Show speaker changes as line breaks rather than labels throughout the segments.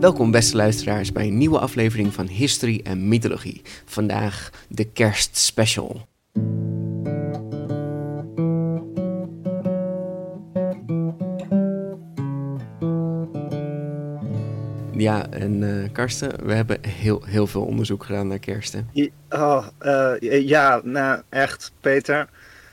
Welkom beste luisteraars bij een nieuwe aflevering van History en Mythologie. Vandaag de kerstspecial. Ja, en Karsten, we hebben heel veel onderzoek gedaan naar kerst, hè?
Ja, nou echt, Peter.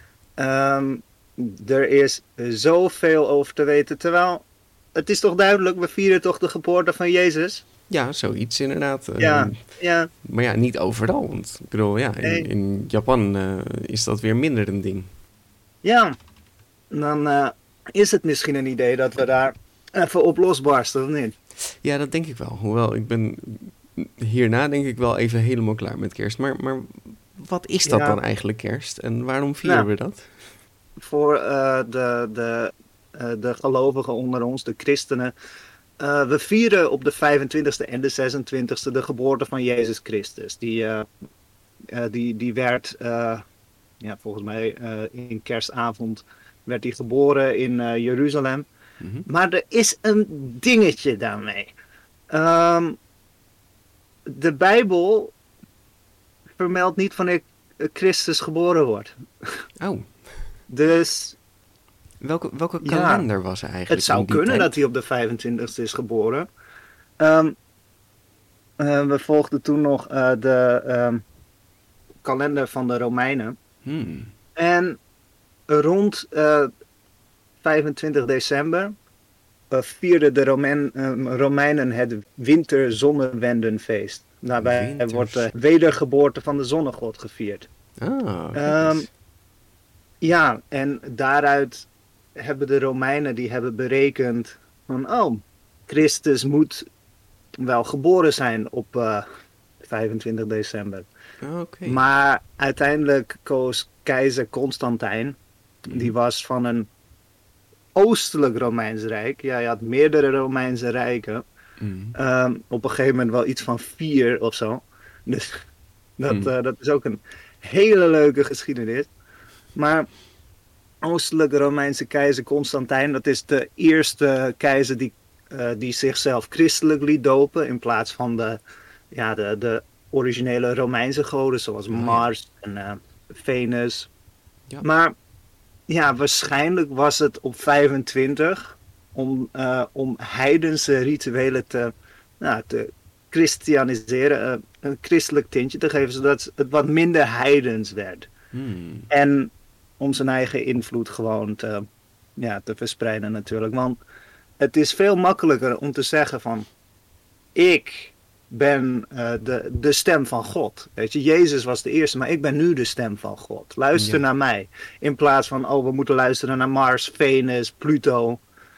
Er is zoveel over te weten. Terwijl, het is toch duidelijk, we vieren toch de geboorte van Jezus?
Ja, zoiets inderdaad.
Ja.
Maar ja, niet overal. Want ik bedoel, ja, in Japan is dat weer minder een ding.
Ja, dan is het misschien een idee dat we daar even op losbarsten, of niet?
Ja, dat denk ik wel. Hoewel, ik ben hierna denk ik wel even helemaal klaar met kerst. Maar wat is dat dan eigenlijk, kerst? En waarom vieren we dat?
Voor de gelovigen onder ons, de christenen. We vieren op de 25e en de 26e de geboorte van Jezus Christus. Die werd, volgens mij in kerstavond, werd hij geboren in Jeruzalem. Mm-hmm. Maar er is een dingetje daarmee. De Bijbel vermeldt niet wanneer Christus geboren wordt.
Oh.
Dus...
Welke kalender was er eigenlijk?
Het zou kunnen dat hij op de 25e is geboren. We volgden toen nog de kalender van de Romeinen. En rond 25 december vierden de Romeinen het winterzonnewendenfeest. Daarbij wordt de wedergeboorte van de zonnegod gevierd. Ja, en daaruit hebben de Romeinen die hebben berekend van, Christus moet wel geboren zijn op 25 december.
Okay.
Maar uiteindelijk koos keizer Constantijn, die was van een oostelijk Romeins Rijk. Ja, je had meerdere Romeinse rijken. Op een gegeven moment wel iets van 4 of zo. Dus dat is ook een hele leuke geschiedenis. Maar oostelijke Romeinse keizer Constantijn, dat is de eerste keizer die zichzelf christelijk liet dopen in plaats van de originele Romeinse goden zoals Mars en Venus. Ja. Maar ja, waarschijnlijk was het op 25 om heidense rituelen te christianiseren, een christelijk tintje te geven, zodat het wat minder heidens werd. En om zijn eigen invloed gewoon te verspreiden natuurlijk. Want het is veel makkelijker om te zeggen van, ik ben de stem van God. Weet je, Jezus was de eerste, maar ik ben nu de stem van God. Luister naar mij. In plaats van, we moeten luisteren naar Mars, Venus, Pluto.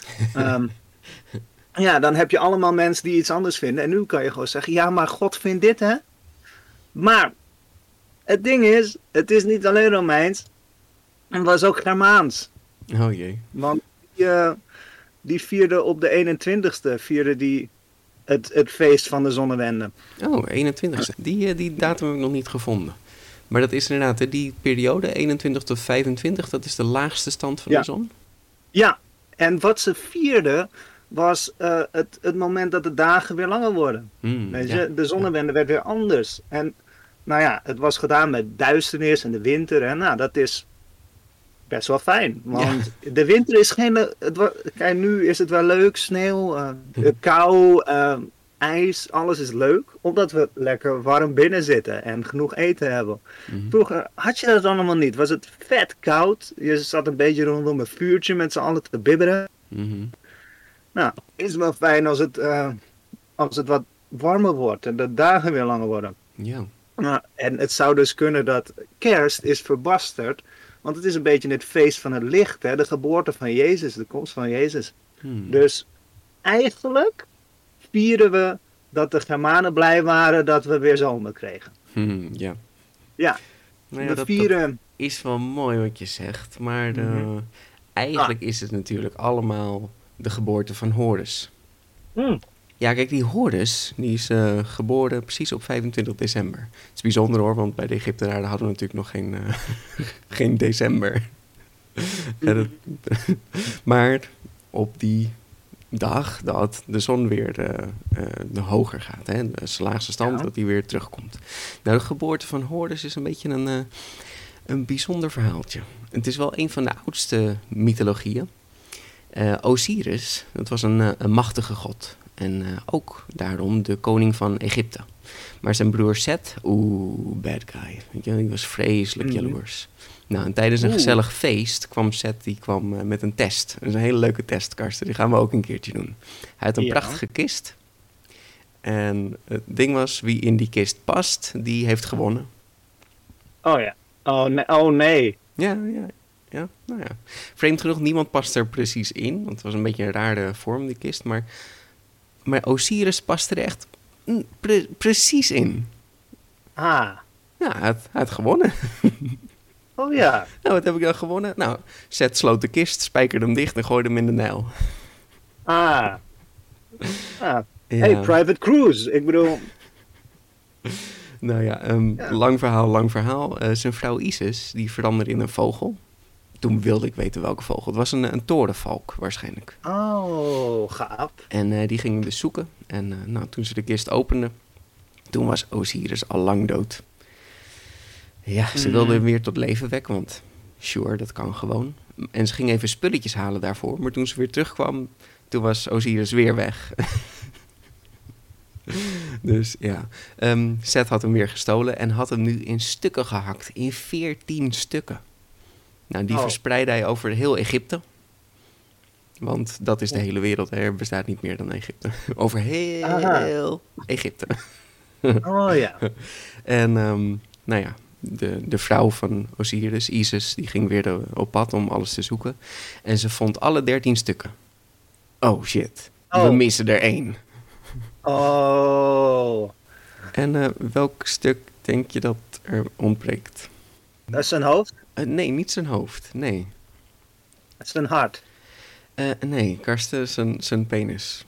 Dan heb je allemaal mensen die iets anders vinden. En nu kan je gewoon zeggen, ja, maar God vindt dit, hè? Maar het ding is, het is niet alleen Romeins. En het was ook Germaans.
Oh jee.
Want die vierde op de 21ste, vierde die het feest van de zonnewende.
Oh, 21ste. Die datum heb ik nog niet gevonden. Maar dat is inderdaad, die periode, 21 tot 25, dat is de laagste stand van de zon?
Ja, en wat ze vierden was het moment dat de dagen weer langer worden. Weet je? De zonnewende werd weer anders. En het was gedaan met duisternis en de winter. En dat is best wel fijn. Want de winter is geen... Kijk, nu is het wel leuk. Sneeuw, kou, ijs, alles is leuk. Omdat we lekker warm binnen zitten en genoeg eten hebben. Vroeger had je dat allemaal niet. Was het vet koud. Je zat een beetje rondom een vuurtje met z'n allen te bibberen. Is wel fijn als het wat warmer wordt en de dagen weer langer worden.
Ja.
En het zou dus kunnen dat kerst is verbasterd. Want het is een beetje het feest van het licht. Hè? De geboorte van Jezus. De komst van Jezus. Dus eigenlijk vieren we dat de Germanen blij waren dat we weer zomer kregen.
Ja.
Ja.
We vieren... Dat is wel mooi wat je zegt. Maar eigenlijk is het natuurlijk allemaal de geboorte van Horus. Ja, kijk, die Horus, die is geboren precies op 25 december. Het is bijzonder hoor, want bij de Egyptenaren hadden we natuurlijk nog geen december. Maar op die dag dat de zon weer de hoger gaat. Hè? De laagste stand, dat die weer terugkomt. Nou, de geboorte van Horus is een beetje een bijzonder verhaaltje. Het is wel een van de oudste mythologieën. Osiris, dat was een machtige god. En ook daarom de koning van Egypte. Maar zijn broer Set, bad guy. Weet je, die was vreselijk jaloers. Nou, en tijdens een gezellig feest kwam Set met een test. Dat is een hele leuke test, Karsten. Die gaan we ook een keertje doen. Hij had een prachtige kist. En het ding was, wie in die kist past, die heeft gewonnen.
Oh ja. Oh nee.
Ja. Nou ja. Vreemd genoeg, niemand past er precies in. Want het was een beetje een rare vorm, die kist. Maar Osiris paste er echt precies in.
Ah.
Ja, hij had gewonnen.
Oh ja.
Nou, wat heb ik dan gewonnen? Nou, Set sloot de kist, spijkerde hem dicht en gooide hem in de Nijl.
Ja. Hey, Private Cruise. Ik bedoel...
Nou ja, lang verhaal. Zijn vrouw Isis, die veranderde in een vogel. Toen wilde ik weten welke vogel. Het was een torenvalk waarschijnlijk.
Oh, gaaf.
En die ging hem dus zoeken. En toen ze de kist opende, toen was Osiris al lang dood. Ja, ze wilde hem weer tot leven wekken, want sure, dat kan gewoon. En ze ging even spulletjes halen daarvoor. Maar toen ze weer terugkwam, toen was Osiris weer weg. Dus ja, Set had hem weer gestolen en had hem nu in stukken gehakt. In 14 stukken. Nou, die verspreidde hij over heel Egypte. Want dat is de hele wereld. Er bestaat niet meer dan Egypte. Over heel Egypte.
Oh ja.
En nou ja, de vrouw van Osiris, Isis, die ging weer op pad om alles te zoeken. En ze vond alle 13 stukken. Oh shit, we missen er 1.
Oh.
En welk stuk denk je dat er ontbreekt?
Dat is zijn hoofd?
Nee, niet zijn hoofd, nee.
Dat is zijn hart?
Nee, Karsten, zijn penis.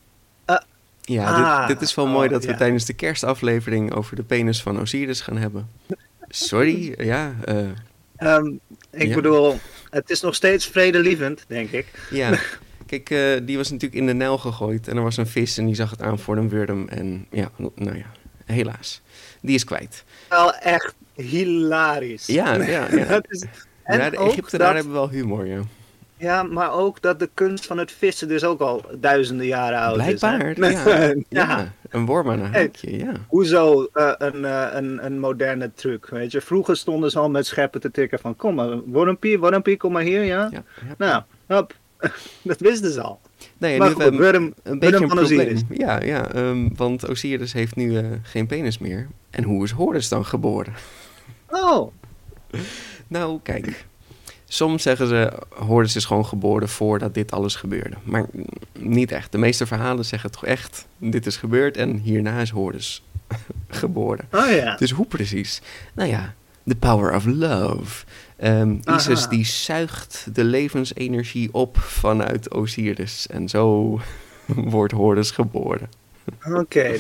Ja, dit is wel mooi dat we tijdens de kerstaflevering over de penis van Osiris gaan hebben. Sorry, ja.
Ik bedoel, het is nog steeds vredelievend, denk ik.
Ja, kijk, die was natuurlijk in de Nijl gegooid en er was een vis en die zag het aan voor een wurm. En ja, nou ja, helaas. Die is kwijt.
Wel echt hilarisch.
Ja.
Dat is, en
de Egyptenaren hebben wel humor, ja.
Ja, maar ook dat de kunst van het vissen dus ook al duizenden jaren oud
blijkbaar,
is.
Blijkbaar, ja. Een worm aan een haakje, ja.
Hoezo een moderne truc, weet je? Vroeger stonden ze al met scheppen te tikken van... Kom maar, wormpie, kom maar hier, ja? Nou, hop. Dat wisten ze al.
Nee,
maar
nu
goed,
hebben we een beetje een probleem.
Osiris.
Ja, want Osiris heeft nu geen penis meer. En hoe is Horus dan geboren?
Oh.
Nou, kijk... Soms zeggen ze, Horus is gewoon geboren voordat dit alles gebeurde. Maar niet echt. De meeste verhalen zeggen toch echt, dit is gebeurd en hierna is Horus geboren.
Oh ja.
Dus hoe precies? Nou ja, the power of love. Isis die zuigt de levensenergie op vanuit Osiris. En zo wordt Horus geboren.
Oké,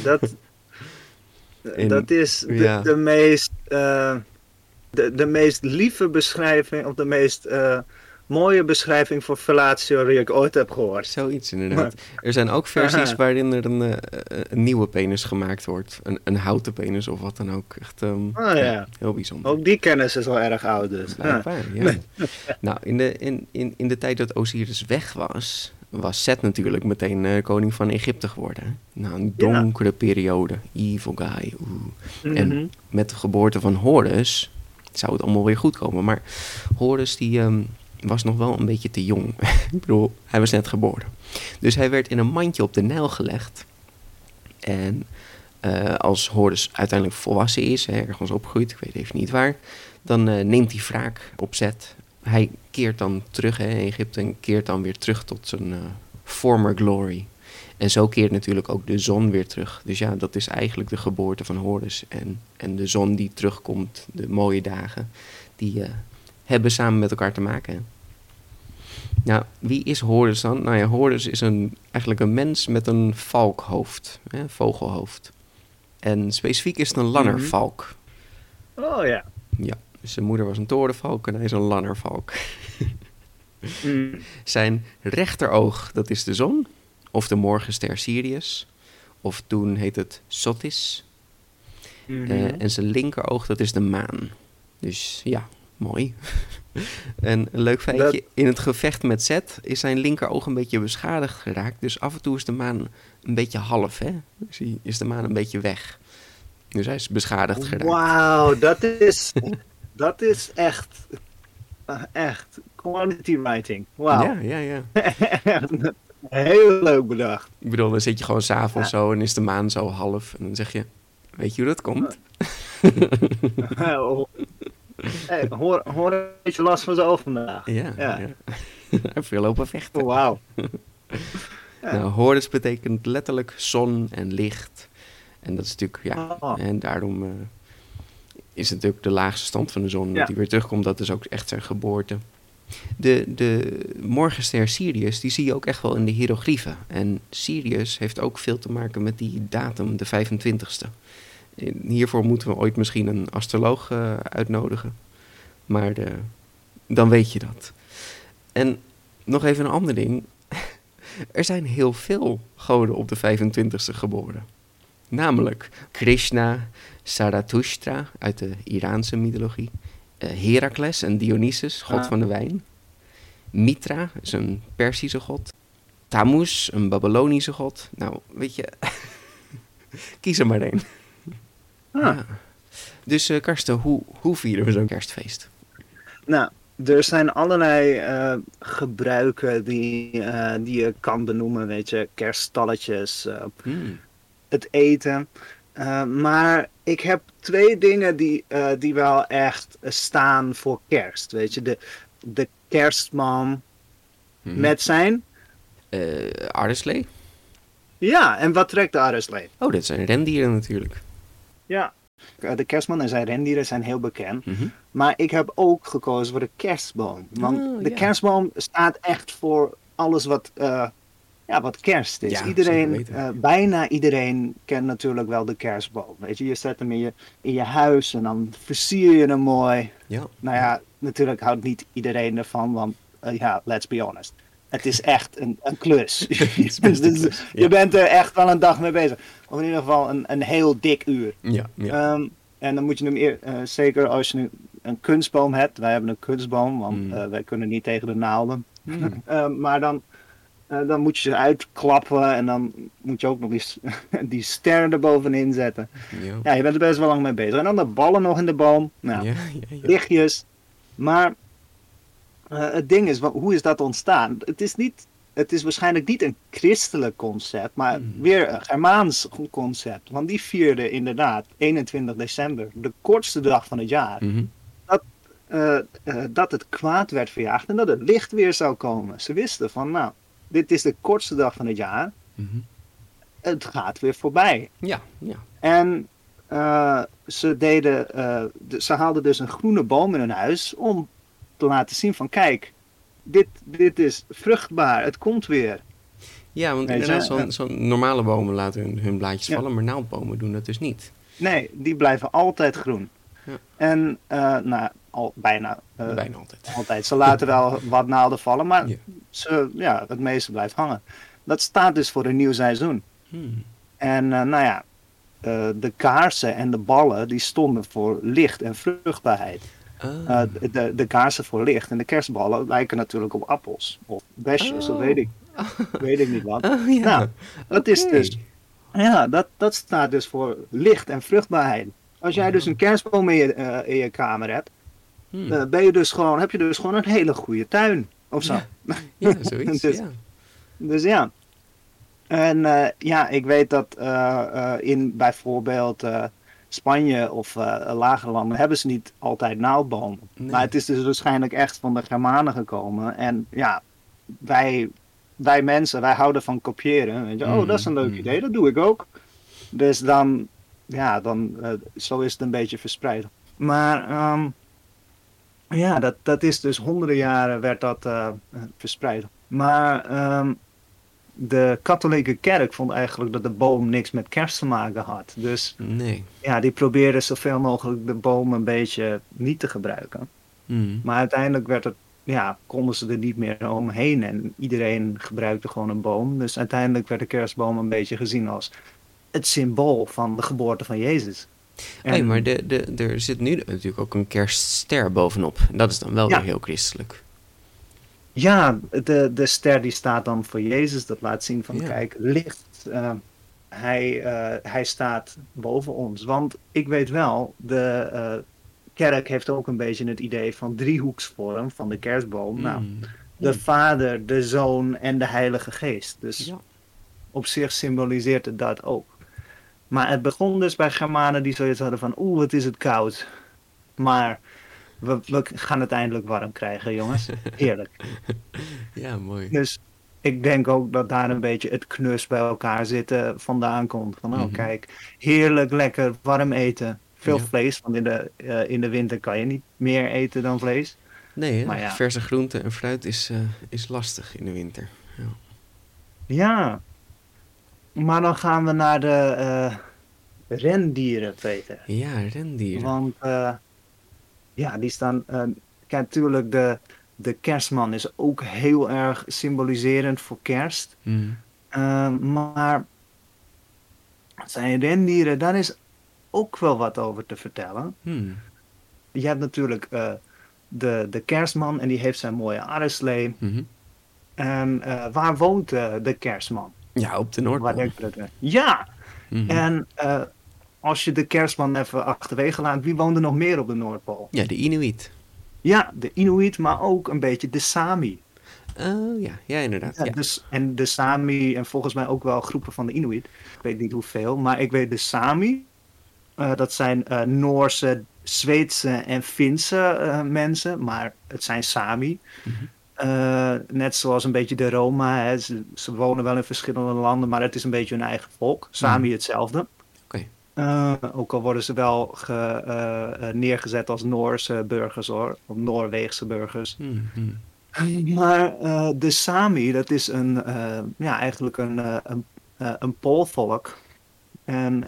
dat is de meest... De meest lieve beschrijving, of de meest mooie beschrijving voor fellatio die ik ooit heb gehoord.
Zoiets inderdaad. Er zijn ook versies waarin er een nieuwe penis gemaakt wordt. Een houten penis of wat dan ook. Echt heel bijzonder.
Ook die kennis is al erg oud dus.
Blijkbaar, ja. Nou, in de tijd dat Osiris weg was Set natuurlijk meteen koning van Egypte geworden. Nou, een donkere periode. Evil guy. En met de geboorte van Horus... zou het allemaal weer goed komen. Maar Horus die was nog wel een beetje te jong. Ik bedoel, hij was net geboren. Dus hij werd in een mandje op de Nijl gelegd. En als Horus uiteindelijk volwassen is, ergens opgegroeid, ik weet even niet waar, dan neemt hij wraak op Set. Hij keert dan terug in Egypte en keert dan weer terug tot zijn former glory. En zo keert natuurlijk ook de zon weer terug. Dus ja, dat is eigenlijk de geboorte van Horus. En de zon die terugkomt, de mooie dagen, die hebben samen met elkaar te maken. Hè? Nou, wie is Horus dan? Nou ja, Horus is eigenlijk een mens met een valkhoofd, vogelhoofd. En specifiek is het een lannervalk.
Oh ja.
Ja, dus zijn moeder was een torenvalk en hij is een lannervalk. Zijn rechteroog, dat is de zon. of de morgenster Sirius. Of toen heet het Sothis. En zijn linkeroog, dat is de maan. Dus ja, mooi. En een leuk feitje, in het gevecht met Zet is zijn linkeroog een beetje beschadigd geraakt. Dus af en toe is de maan een beetje half, hè? Dus is de maan een beetje weg. Dus hij is beschadigd geraakt.
Wauw, dat is echt quality writing. Wauw.
Ja.
Heel leuk bedacht.
Ik bedoel, dan zit je gewoon 's avonds zo en is de maan zo half. En dan zeg je, weet je hoe dat komt?
Hey, hoor een beetje last van zijn oog vandaag.
Ja. Hij heeft veel lopen vechten.
Wauw.
Nou, Horus betekent letterlijk zon en licht. En dat is natuurlijk, en daarom is het natuurlijk de laagste stand van de zon. Dat hij weer terugkomt, dat is ook echt zijn geboorte. De morgenster Sirius, die zie je ook echt wel in de hiërogliefen. En Sirius heeft ook veel te maken met die datum, de 25e. Hiervoor moeten we ooit misschien een astroloog uitnodigen. Maar dan weet je dat. En nog even een ander ding. Er zijn heel veel goden op de 25e geboren. Namelijk Krishna, Zarathustra uit de Iraanse mythologie. Heracles en Dionysus, god van de wijn. Mitra is een Perzische god. Tammuz, een Babylonische god. Nou, weet je, kies er maar één. Ja. Dus Karsten, hoe vieren we zo'n kerstfeest?
Nou, er zijn allerlei gebruiken die je kan benoemen, weet je. Kerststalletjes, het eten. Maar ik heb 2 dingen die wel echt staan voor kerst, weet je. De kerstman met zijn...
Aardeslee?
Ja, en wat trekt de aardeslee?
Oh, dat zijn rendieren natuurlijk.
Ja, de kerstman en zijn rendieren zijn heel bekend. Maar ik heb ook gekozen voor de kerstboom. Want de kerstboom staat echt voor alles wat kerst is.
Ja,
bijna iedereen kent natuurlijk wel de kerstboom. Weet je zet hem in je huis en dan versier je hem mooi.
Ja.
Nou ja, natuurlijk houdt niet iedereen ervan, want let's be honest. Het is echt een klus. Je bent er echt wel een dag mee bezig. Of in ieder geval een heel dik uur.
Ja.
En dan moet je hem zeker als je een kunstboom hebt. Wij hebben een kunstboom, want wij kunnen niet tegen de naalden. Maar dan moet je ze uitklappen en dan moet je ook nog die ster erbovenin zetten. Ja, je bent er best wel lang mee bezig. En dan de ballen nog in de boom. Nou, lichtjes. Maar het ding is, hoe is dat ontstaan? Het is waarschijnlijk niet een christelijk concept, maar weer een Germaans concept. Want die vierden inderdaad 21 december, de kortste dag van het jaar, dat het kwaad werd verjaagd en dat het licht weer zou komen. Ze wisten van, nou, dit is de kortste dag van het jaar. Het gaat weer voorbij.
Ja.
En ze haalden dus een groene boom in hun huis om te laten zien van, kijk, dit is vruchtbaar, het komt weer.
Ja, want inderdaad, zo'n normale bomen laten hun blaadjes vallen, maar naaldbomen doen dat dus niet.
Nee, die blijven altijd groen. Ja. En bijna altijd. Ze laten wel wat naalden vallen, maar het meeste blijft hangen. Dat staat dus voor een nieuw seizoen. En de kaarsen en de ballen, die stonden voor licht en vruchtbaarheid. De kaarsen voor licht en de kerstballen lijken natuurlijk op appels of besjes, dat weet ik niet wat. Nou, dat is dus, dat staat dus voor licht en vruchtbaarheid. Als jij dus een kerstboom in je kamer hebt, heb je dus gewoon een hele goede tuin of zo.
Ja, zoiets.
Dus ja. En ik weet dat in bijvoorbeeld Spanje of lagere landen hebben ze niet altijd naaldbomen. Nee. Maar het is dus waarschijnlijk echt van de Germanen gekomen. En ja, wij mensen, wij houden van kopiëren. Weet je? Oh, dat is een leuk idee, dat doe ik ook. Dus dan zo is het een beetje verspreid. Maar dat is dus honderden jaren werd dat verspreid. Maar de katholieke kerk vond eigenlijk dat de boom niks met kerst te maken had. Dus die probeerden zoveel mogelijk de boom een beetje niet te gebruiken. Maar uiteindelijk werd het konden ze er niet meer omheen. En iedereen gebruikte gewoon een boom. Dus uiteindelijk werd de kerstboom een beetje gezien als het symbool van de geboorte van Jezus.
En... maar er zit nu natuurlijk ook een kerstster bovenop. En dat is dan wel weer heel christelijk.
Ja, de ster die staat dan voor Jezus. Dat laat zien van, kijk, licht. Hij staat boven ons. Want ik weet wel, de kerk heeft ook een beetje het idee van driehoeksvorm van de kerstboom. Nou, de Vader, de Zoon en de Heilige Geest. Dus op zich symboliseert het dat ook. Maar het begon dus bij Germanen die zoiets hadden van, wat is het koud. Maar we gaan het eindelijk warm krijgen, jongens. Heerlijk.
Ja, mooi.
Dus ik denk ook dat daar een beetje het knus bij elkaar zitten vandaan komt. Van, kijk, heerlijk, lekker, warm eten. Veel vlees, want in de winter kan je niet meer eten dan vlees.
Nee, maar verse groenten en fruit is lastig in de winter.
Ja, maar dan gaan we naar de rendieren, Peter.
Ja, rendieren.
Want die staan... kijk, natuurlijk, de kerstman is ook heel erg symboliserend voor kerst. Maar zijn rendieren, daar is ook wel wat over te vertellen. Je hebt natuurlijk de kerstman en die heeft zijn mooie arreslee. En waar woont de kerstman?
Ja, op de Noordpool.
Ja! En als je de kerstman even achterwege laat, wie woont er nog meer op de Noordpool?
Ja, de Inuit.
Ja, de Inuit, maar ook een beetje de Sami.
Ja, inderdaad. Ja.
Dus, en de Sami, en volgens mij ook wel groepen van de Inuit. Ik weet niet hoeveel, maar ik weet de Sami. Dat zijn Noorse, Zweedse en Finse mensen, maar het zijn Sami. Net zoals een beetje de Roma. Hè. Ze wonen wel in verschillende landen, maar het is een beetje hun eigen volk. Sami hetzelfde. Ook al worden ze wel neergezet als Noorse burgers hoor, of Noorweegse burgers. Maar de Sami, dat is eigenlijk een poolvolk. En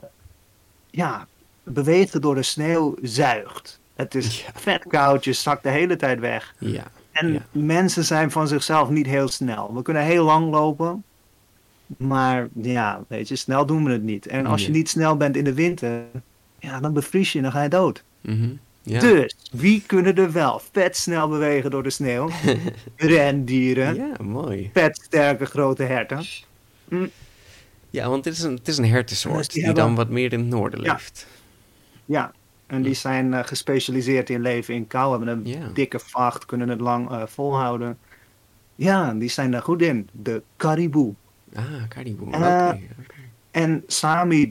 bewegen door de sneeuw zuigt. Het is vet koud, je zakt de hele tijd weg. En mensen zijn van zichzelf niet heel snel. We kunnen heel lang lopen. Maar weet je, snel doen we het niet. En als je niet snel bent in de winter, dan bevries je en dan ga je dood. Dus, wie kunnen er wel vet snel bewegen door de sneeuw? Rendieren.
Ja, mooi.
Vet sterke grote herten.
Ja, want het is een hertensoort die dan wat meer in het noorden leeft.
Ja, en die zijn gespecialiseerd in leven in kou. Hebben een dikke vacht, kunnen het lang volhouden. Ja, die zijn daar goed in. De caribou.
Caribou.
En Sami,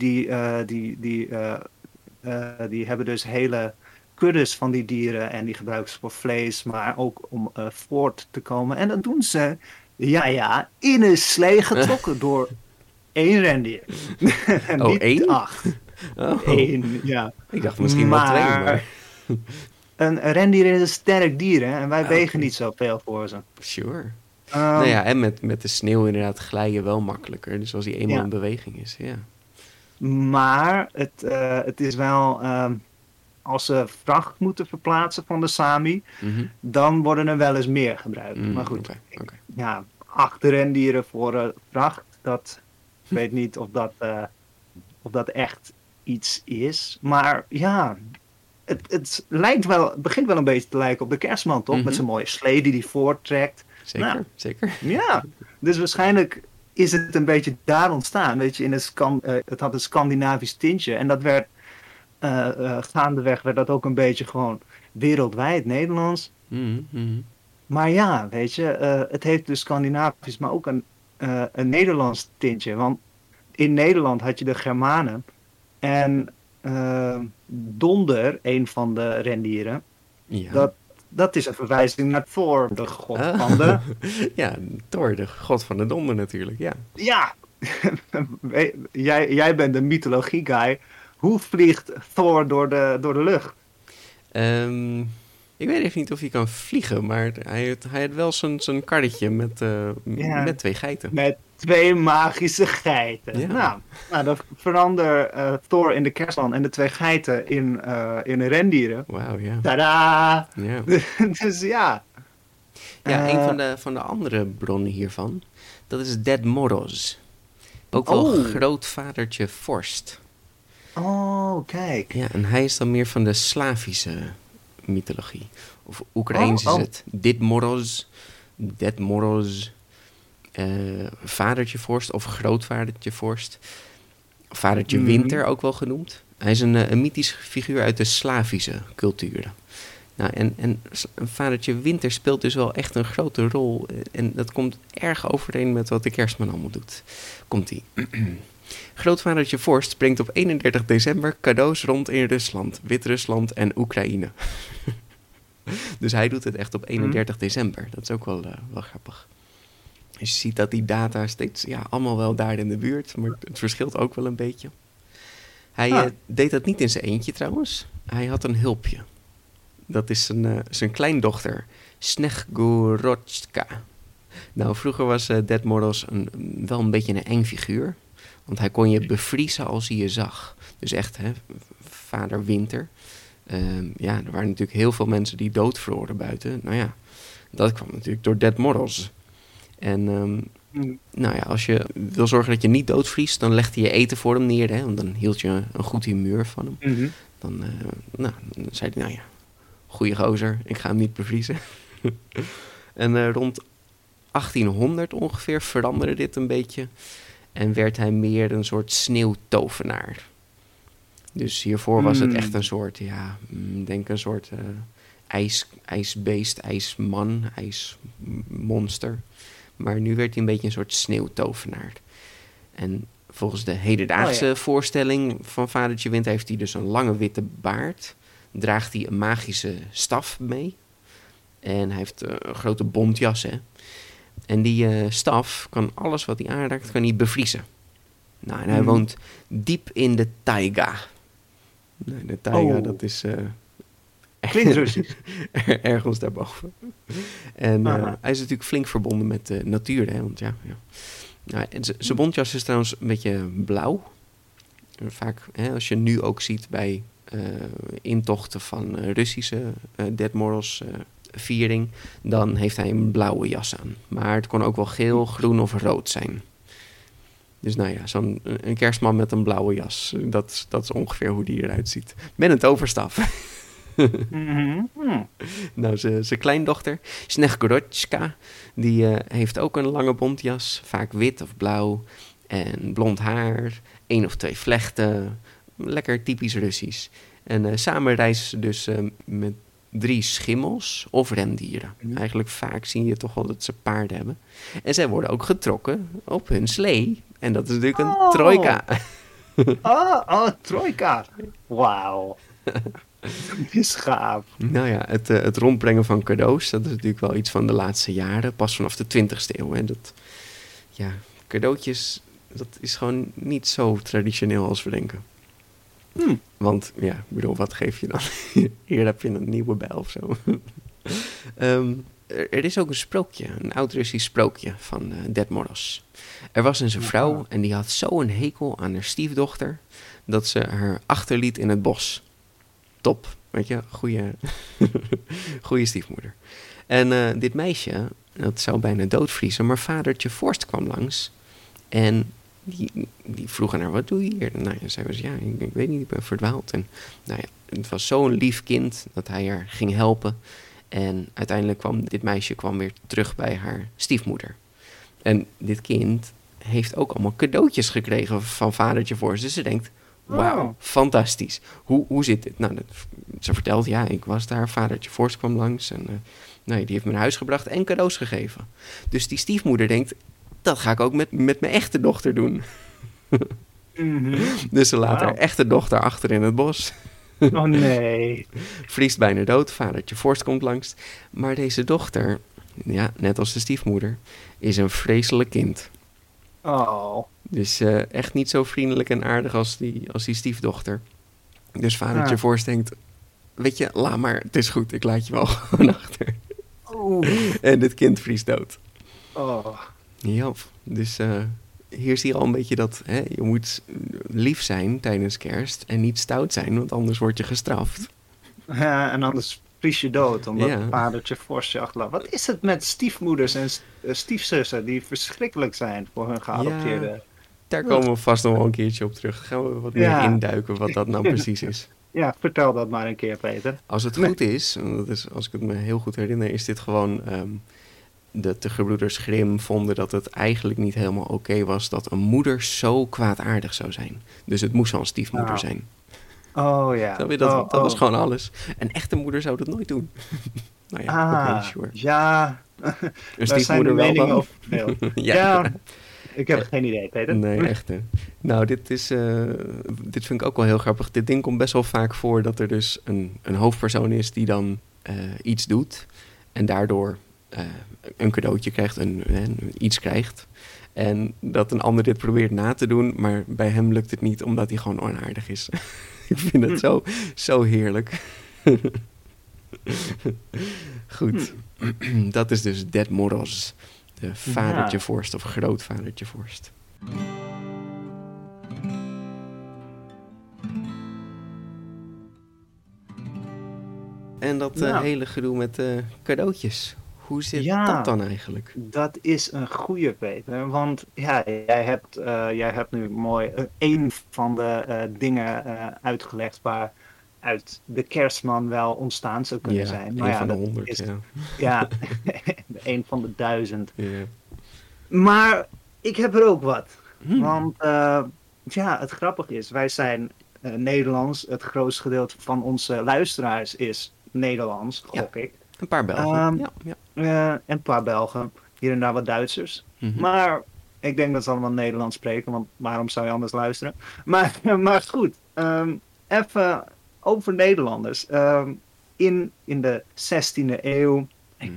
die hebben dus hele kuddes van die dieren. En die gebruiken ze voor vlees, maar ook om voort te komen. En dat doen ze, in een slee getrokken door 1 rendier.
Niet 1?
8. 1, ja.
Ik dacht misschien wel 2, maar...
Een rendier is een sterk dier, hè? En wij wegen niet zoveel voor ze.
Sure. En met de sneeuw inderdaad glijden wel makkelijker. Dus als die eenmaal in beweging is,
Maar het is wel... als ze vracht moeten verplaatsen van de Sami... dan worden er wel eens meer gebruikt. Maar goed, 8 rendieren voor vracht... Ik weet niet of dat echt iets is. Maar het begint wel een beetje te lijken op de kerstman, toch? Met zijn mooie slee die hij voorttrekt.
Zeker.
Ja, dus waarschijnlijk is het een beetje daar ontstaan. Weet je, het had een Scandinavisch tintje. En dat werd gaandeweg werd dat ook een beetje gewoon wereldwijd Nederlands. Maar weet je, het heeft dus Scandinavisch, maar ook een Nederlands tintje. Want in Nederland had je de Germanen. En Donder, een van de rendieren, dat is een verwijzing naar Thor, de god van de...
Ja, Thor, de god van de donder natuurlijk,
Ja, jij bent de mythologie-guy. Hoe vliegt Thor door de lucht?
Ik weet even niet of hij kan vliegen, maar hij had wel zijn karretje met 2 geiten.
Met 2 magische geiten.
Ja.
Nou, dan verander Thor in de kerstman en de 2 geiten in rendieren.
Wauw, ja.
Tadaa!
Ja.
Dus
Ja, een van de andere bronnen hiervan, dat is Ded Moroz. Ook wel grootvadertje vorst.
Oh, kijk.
Ja, en hij is dan meer van de Slavische mythologie. Of Oekraïens is het Ded Moroz, Ded Moroz, vadertje vorst of grootvadertje vorst. Vadertje winter ook wel genoemd. Hij is een mythisch figuur uit de Slavische culturen. Nou, en vadertje winter speelt dus wel echt een grote rol. En dat komt erg overeen met wat de kerstman allemaal doet. Komt-ie. Grootvadertje vorst brengt op 31 december cadeaus rond in Rusland, Wit-Rusland en Oekraïne. Dus hij doet het echt op 31 december. Dat is ook wel grappig. Dus je ziet dat die data steeds allemaal wel daar in de buurt, maar het verschilt ook wel een beetje. Hij deed dat niet in zijn eentje trouwens. Hij had een hulpje. Dat is zijn kleindochter, Sneggorodska. Nou, vroeger was Ded Moroz wel een beetje een eng figuur. Want hij kon je bevriezen als hij je zag. Dus echt, vader winter. Er waren natuurlijk heel veel mensen die doodvroren buiten. Nou ja, dat kwam natuurlijk door Ded Moroz. En als je wil zorgen dat je niet doodvriest, dan legde je eten voor hem neer. Hè, want dan hield je een goed humeur van hem. Mm-hmm. Dan zei hij, goeie gozer, ik ga hem niet bevriezen. En rond 1800 ongeveer veranderde dit een beetje. En werd hij meer een soort sneeuwtovenaar. Dus hiervoor was het echt een soort, denk een soort ijsbeest, ijsman, ijsmonster. Maar nu werd hij een beetje een soort sneeuwtovenaar. En volgens de hedendaagse voorstelling van vadertje winter heeft hij dus een lange witte baard. Draagt hij een magische staf mee. En hij heeft een grote bontjas, hè. En die staf kan alles wat hij aanraakt, kan hij bevriezen. Nou, en hij woont diep in de taiga. Nou, de taiga, dat is...
Klinkt Russisch.
Ergens daarboven. En hij is natuurlijk flink verbonden met de natuur, hè. Want Nou, zijn bontjas is trouwens een beetje blauw. Vaak, als je nu ook ziet bij intochten van Russische Ded Moroz viering, dan heeft hij een blauwe jas aan. Maar het kon ook wel geel, groen of rood zijn. Dus zo'n een kerstman met een blauwe jas, dat is ongeveer hoe die eruit ziet. Met een toverstaf. Nou, zijn kleindochter, Sneggorodska, die heeft ook een lange bontjas, vaak wit of blauw, en blond haar, 1 of 2 vlechten, lekker typisch Russisch. En samen reizen ze dus met 3 schimmels of rendieren. Eigenlijk vaak zie je toch wel dat ze paarden hebben. En zij worden ook getrokken op hun slee. En dat is natuurlijk een trojka.
Trojka. Wauw. Is gaaf.
Nou ja, het rondbrengen van cadeaus, dat is natuurlijk wel iets van de laatste jaren. Pas vanaf de 20e eeuw. Hè. Cadeautjes, dat is gewoon niet zo traditioneel als we denken. Want, ik bedoel, wat geef je dan? Hier heb je een nieuwe bijl of zo. Er is ook een sprookje, een oud-Russisch sprookje van Ded Moroz. Er was eens een vrouw en die had zo een hekel aan haar stiefdochter dat ze haar achterliet in het bos. Top, weet je, goede stiefmoeder. En dit meisje, dat zou bijna doodvriezen, maar vadertje vorst kwam langs en die vroeg aan haar, wat doe je hier? Nou ja, zij was, ik weet niet, ik ben verdwaald. En het was zo'n lief kind dat hij haar ging helpen. En uiteindelijk kwam dit meisje weer terug bij haar stiefmoeder. En dit kind heeft ook allemaal cadeautjes gekregen van vadertje vorst. Dus ze denkt, wauw, fantastisch. Hoe zit dit? Nou, ze vertelt, ik was daar, vadertje vorst kwam langs. En die heeft me naar huis gebracht en cadeaus gegeven. Dus die stiefmoeder denkt, dat ga ik ook met mijn echte dochter doen. Dus ze laat haar echte dochter achter in het bos.
Oh nee.
Vriest bijna dood, vadertje vorst komt langs. Maar deze dochter, net als de stiefmoeder, is een vreselijk kind.
Oh.
Dus echt niet zo vriendelijk en aardig als die stiefdochter. Dus vadertje vorst denkt, weet je, laat maar, het is goed, ik laat je wel gewoon achter. En dit kind vriest dood.
Oh.
Ja, dus hier zie je al een beetje dat je moet lief zijn tijdens kerst en niet stout zijn, want anders word je gestraft.
En anders vries je dood, omdat vadertje vorstje achterlaat. Wat is het met stiefmoeders en stiefzussen die verschrikkelijk zijn voor hun geadopteerde... Ja,
daar komen we vast nog wel een keertje op terug. Gaan we wat meer induiken wat dat nou precies is.
Ja, vertel dat maar een keer, Peter.
Als het goed is, als ik het me heel goed herinner, is dit gewoon... de gebroeders Grimm vonden dat het eigenlijk niet helemaal oké was dat een moeder zo kwaadaardig zou zijn. Dus het moest wel een stiefmoeder zijn.
Oh ja.
Dat was gewoon alles. Een echte moeder zou dat nooit doen. Nou ja, sure.
Ja.
Een stiefmoeder wel dan?
Ja. Ik heb geen idee, Peter.
Nee, echt hè. Nou, dit vind ik ook wel heel grappig. Dit ding komt best wel vaak voor dat er dus een hoofdpersoon is die dan iets doet. En daardoor een cadeautje krijgt, iets krijgt. En dat een ander dit probeert na te doen, maar bij hem lukt het niet omdat hij gewoon onaardig is. Ik vind het zo heerlijk. Goed. Dat is dus Ded Moroz. De vadertje vorst of grootvadertje vorst. En dat hele gedoe met cadeautjes. Hoe zit dat dan eigenlijk?
Dat is een goeie, Peter. Want jij hebt nu mooi één van de dingen uitgelegd waar uit de kerstman wel ontstaan zou kunnen zijn. Maar
een van de 100,
Ja, een van de 1000. Ja. Maar ik heb er ook wat. Want het grappige is, wij zijn Nederlands. Het grootste gedeelte van onze luisteraars is Nederlands, gok ik.
Een paar Belgen.
En een paar Belgen. Hier en daar wat Duitsers. Mm-hmm. Maar ik denk dat ze allemaal Nederlands spreken, want waarom zou je anders luisteren? Maar goed, even over Nederlanders. In de 16e eeuw,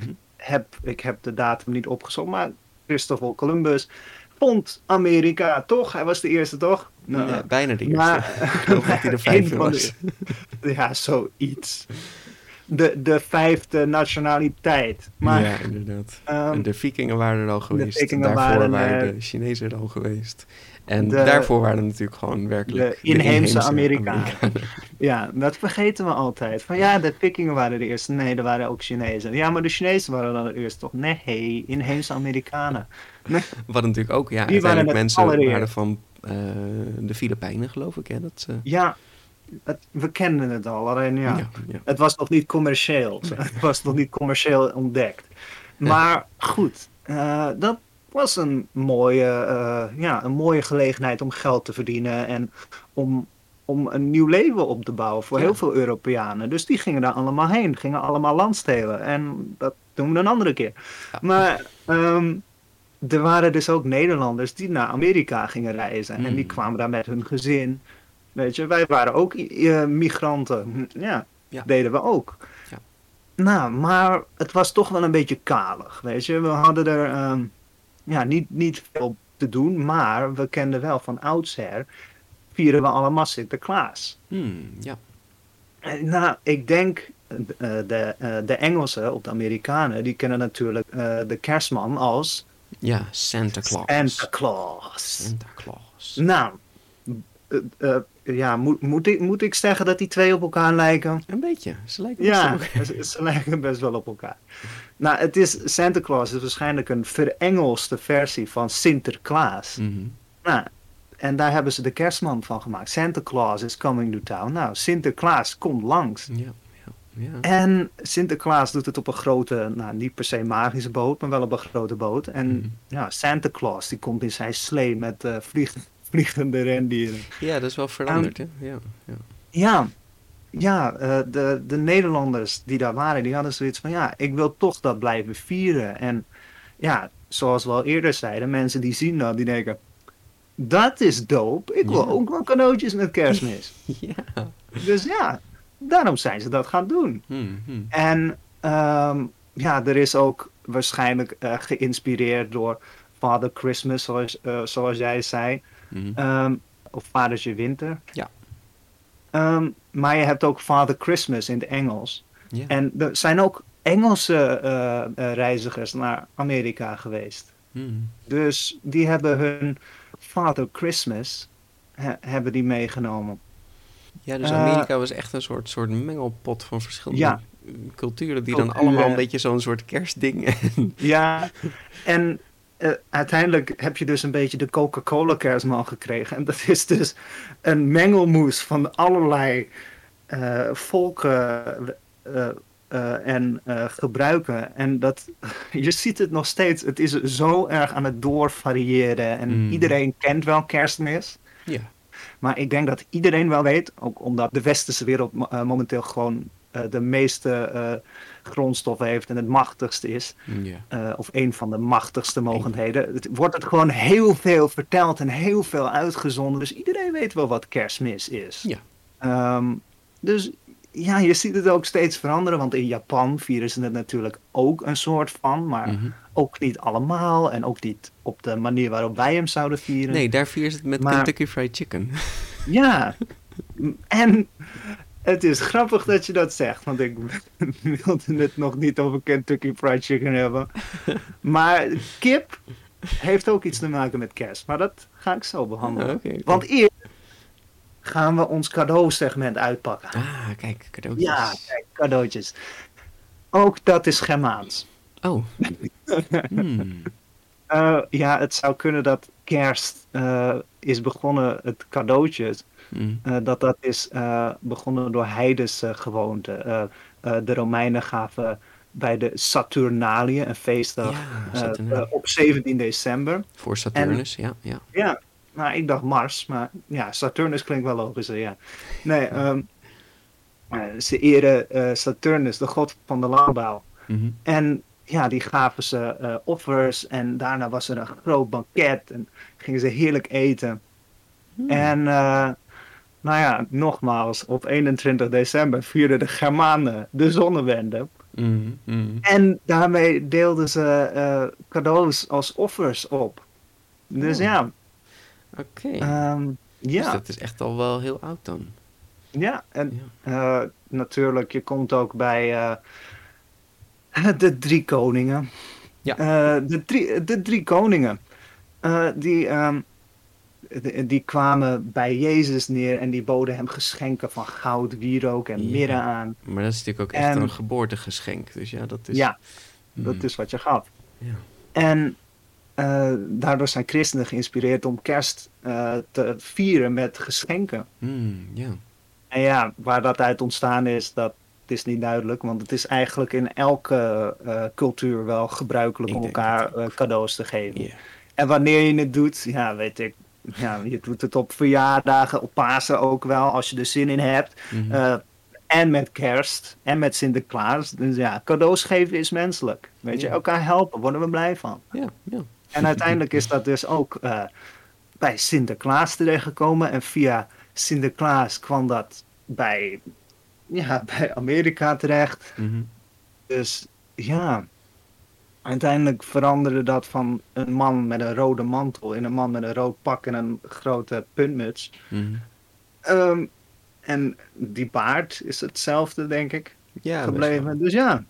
ik heb de datum niet opgezocht, maar Christopher Columbus vond Amerika toch? Hij was de eerste, toch?
Ja, bijna de eerste. Ik geloof dat hij de 5e was.
Ja, zoiets. De 5e nationaliteit. Maar,
ja, inderdaad. En de Vikingen waren er al geweest. Daarvoor waren de Chinezen er al geweest. En daarvoor waren er natuurlijk gewoon werkelijk
de inheemse Amerikanen. Ja, dat vergeten we altijd. Van de Vikingen waren de eerste. Nee, er waren ook Chinezen. Ja, maar de Chinezen waren dan de eerste toch? Nee, inheemse Amerikanen. Nee.
Wat natuurlijk ook, uiteindelijk mensen waren van de Filipijnen, geloof ik. Hè?
Ja, we kenden het al. Alleen het was nog niet commercieel. Nee. Het was nog niet commercieel ontdekt. Maar goed, dat was een mooie gelegenheid om geld te verdienen en om een nieuw leven op te bouwen voor heel veel Europeanen. Dus die gingen daar allemaal heen, gingen allemaal land stelen. En dat doen we een andere keer. Ja. Maar er waren dus ook Nederlanders die naar Amerika gingen reizen. En die kwamen daar met hun gezin. Weet je, wij waren ook migranten. Ja, deden we ook. Ja. Nou, maar het was toch wel een beetje kalig, weet je. We hadden er niet veel te doen, maar we kenden wel van oudsher, vieren we allemaal Sinterklaas. Nou, ik denk, de Engelsen of de Amerikanen, die kennen natuurlijk de kerstman als...
Ja, Santa Claus.
Santa Claus. Nou... moet ik zeggen dat die twee op elkaar lijken?
Een beetje. Ze lijken best op elkaar.
Ze lijken best wel op elkaar. Nou, Santa Claus is waarschijnlijk een verengelde versie van Sinterklaas. Mm-hmm. Nou, en daar hebben ze de kerstman van gemaakt. Santa Claus is coming to town. Nou, Sinterklaas komt langs. Ja. En Sinterklaas doet het op een grote, niet per se magische boot, maar wel op een grote boot. En Santa Claus die komt in zijn slee met vliegende rendieren.
Ja, dat is wel veranderd, hè?
De Nederlanders die daar waren, die hadden zoiets van, ik wil toch dat blijven vieren. En zoals we al eerder zeiden, mensen die zien dat, die denken, dat is dope. Ik wil ook wel cadeautjes met Kerstmis. Dus daarom zijn ze dat gaan doen. En er is ook waarschijnlijk geïnspireerd door Father Christmas, zoals jij zei. Of Vadertje Winter. Ja. Maar je hebt ook Father Christmas in het Engels. Ja. En er zijn ook Engelse reizigers naar Amerika geweest. Dus die hebben hun Father Christmas hebben die meegenomen.
Ja, dus Amerika was echt een soort mengelpot van verschillende culturen die dan allemaal een beetje zo'n soort kerstding.
Ja, en uiteindelijk heb je dus een beetje de Coca-Cola kerstman gekregen. En dat is dus een mengelmoes van allerlei volken en gebruiken. En je ziet het nog steeds. Het is zo erg aan het doorvariëren. En iedereen kent wel Kerstmis.
Ja.
Maar ik denk dat iedereen wel weet, ook omdat de westerse wereld momenteel gewoon de meeste grondstoffen heeft en het machtigste is. Of een van de machtigste mogendheden. Wordt het gewoon heel veel verteld en heel veel uitgezonden. Dus iedereen weet wel wat Kerstmis is.
Ja.
Dus ja, je ziet het ook steeds veranderen. Want in Japan vieren ze het natuurlijk ook een soort van. Maar ook niet allemaal. En ook niet op de manier waarop wij hem zouden vieren.
Nee, daar vieren ze het met Kentucky Fried Chicken.
Ja. En het is grappig dat je dat zegt. Want ik wilde het nog niet over Kentucky Fried Chicken hebben. Maar kip heeft ook iets te maken met kerst. Maar dat ga ik zo behandelen.
Okay.
Want eerst gaan we ons cadeausegment uitpakken.
Ah, kijk, cadeautjes.
Ja, kijk, cadeautjes. Ook dat is Germaans.
Oh.
Ja, het zou kunnen dat kerst is begonnen, het cadeautjes. Dat is begonnen door heidense gewoonten. De Romeinen gaven bij de Saturnalia, een feestdag, op 17 december.
Voor Saturnus, ja.
Ja, nou, ik dacht Mars, maar ja, Saturnus klinkt wel logischer, ja. Nee, ze eren Saturnus, de god van de landbouw. En ja, die gaven ze offers en daarna was er een groot banket en gingen ze heerlijk eten. En nou ja, nogmaals, op 21 december vierden de Germanen de zonnewende. En daarmee deelden ze cadeaus als offers op. Dus ja.
Oké.
Ja.
Dus dat is echt al wel heel oud dan.
Ja, en natuurlijk, je komt ook bij de drie koningen.
Ja.
De drie koningen. Die kwamen bij Jezus neer en die boden hem geschenken van goud, wierook en mirre aan.
Maar dat is natuurlijk ook echt een geboortegeschenk. Dus ja, dat is...
Ja, dat is wat je gaf.
Ja.
En daardoor zijn christenen geïnspireerd om kerst te vieren met geschenken.
Ja.
En ja, waar dat uit ontstaan is, dat is niet duidelijk. Want het is eigenlijk in elke cultuur wel gebruikelijk om elkaar cadeaus te geven.
Yeah.
En wanneer je het doet, ja, weet ik. Ja, je doet het op verjaardagen, op Pasen ook wel, als je er zin in hebt. En met kerst, en met Sinterklaas. Dus ja, cadeaus geven is menselijk. Weet je, elkaar helpen, worden we blij van.
Ja.
En uiteindelijk is dat dus ook bij Sinterklaas terechtgekomen. En via Sinterklaas kwam dat bij Amerika terecht. Dus ja, uiteindelijk veranderde dat van een man met een rode mantel in een man met een rood pak en een grote puntmuts. En die baard is hetzelfde, denk ik, gebleven. Dus ja.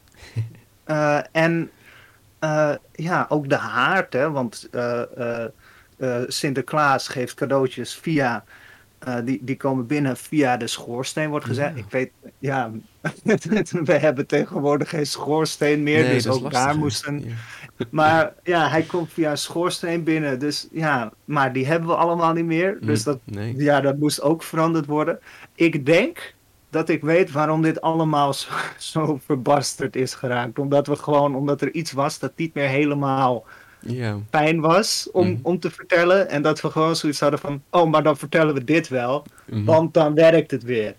Ook de haard, hè, want Sinterklaas geeft cadeautjes via... Die komen binnen via de schoorsteen, wordt gezegd. Ik weet, ja, we hebben tegenwoordig geen schoorsteen meer,
nee,
dus ook
lastig,
daar moesten... Ja. Maar ja, hij komt via een schoorsteen binnen, dus ja, maar die hebben we allemaal niet meer. Dus dat moest ook veranderd worden. Ik denk dat ik weet waarom dit allemaal zo verbasterd is geraakt. Omdat er iets was dat niet meer helemaal... pijn was om te vertellen. En dat we gewoon zoiets hadden van... Oh, maar dan vertellen we dit wel. Want dan werkt het weer.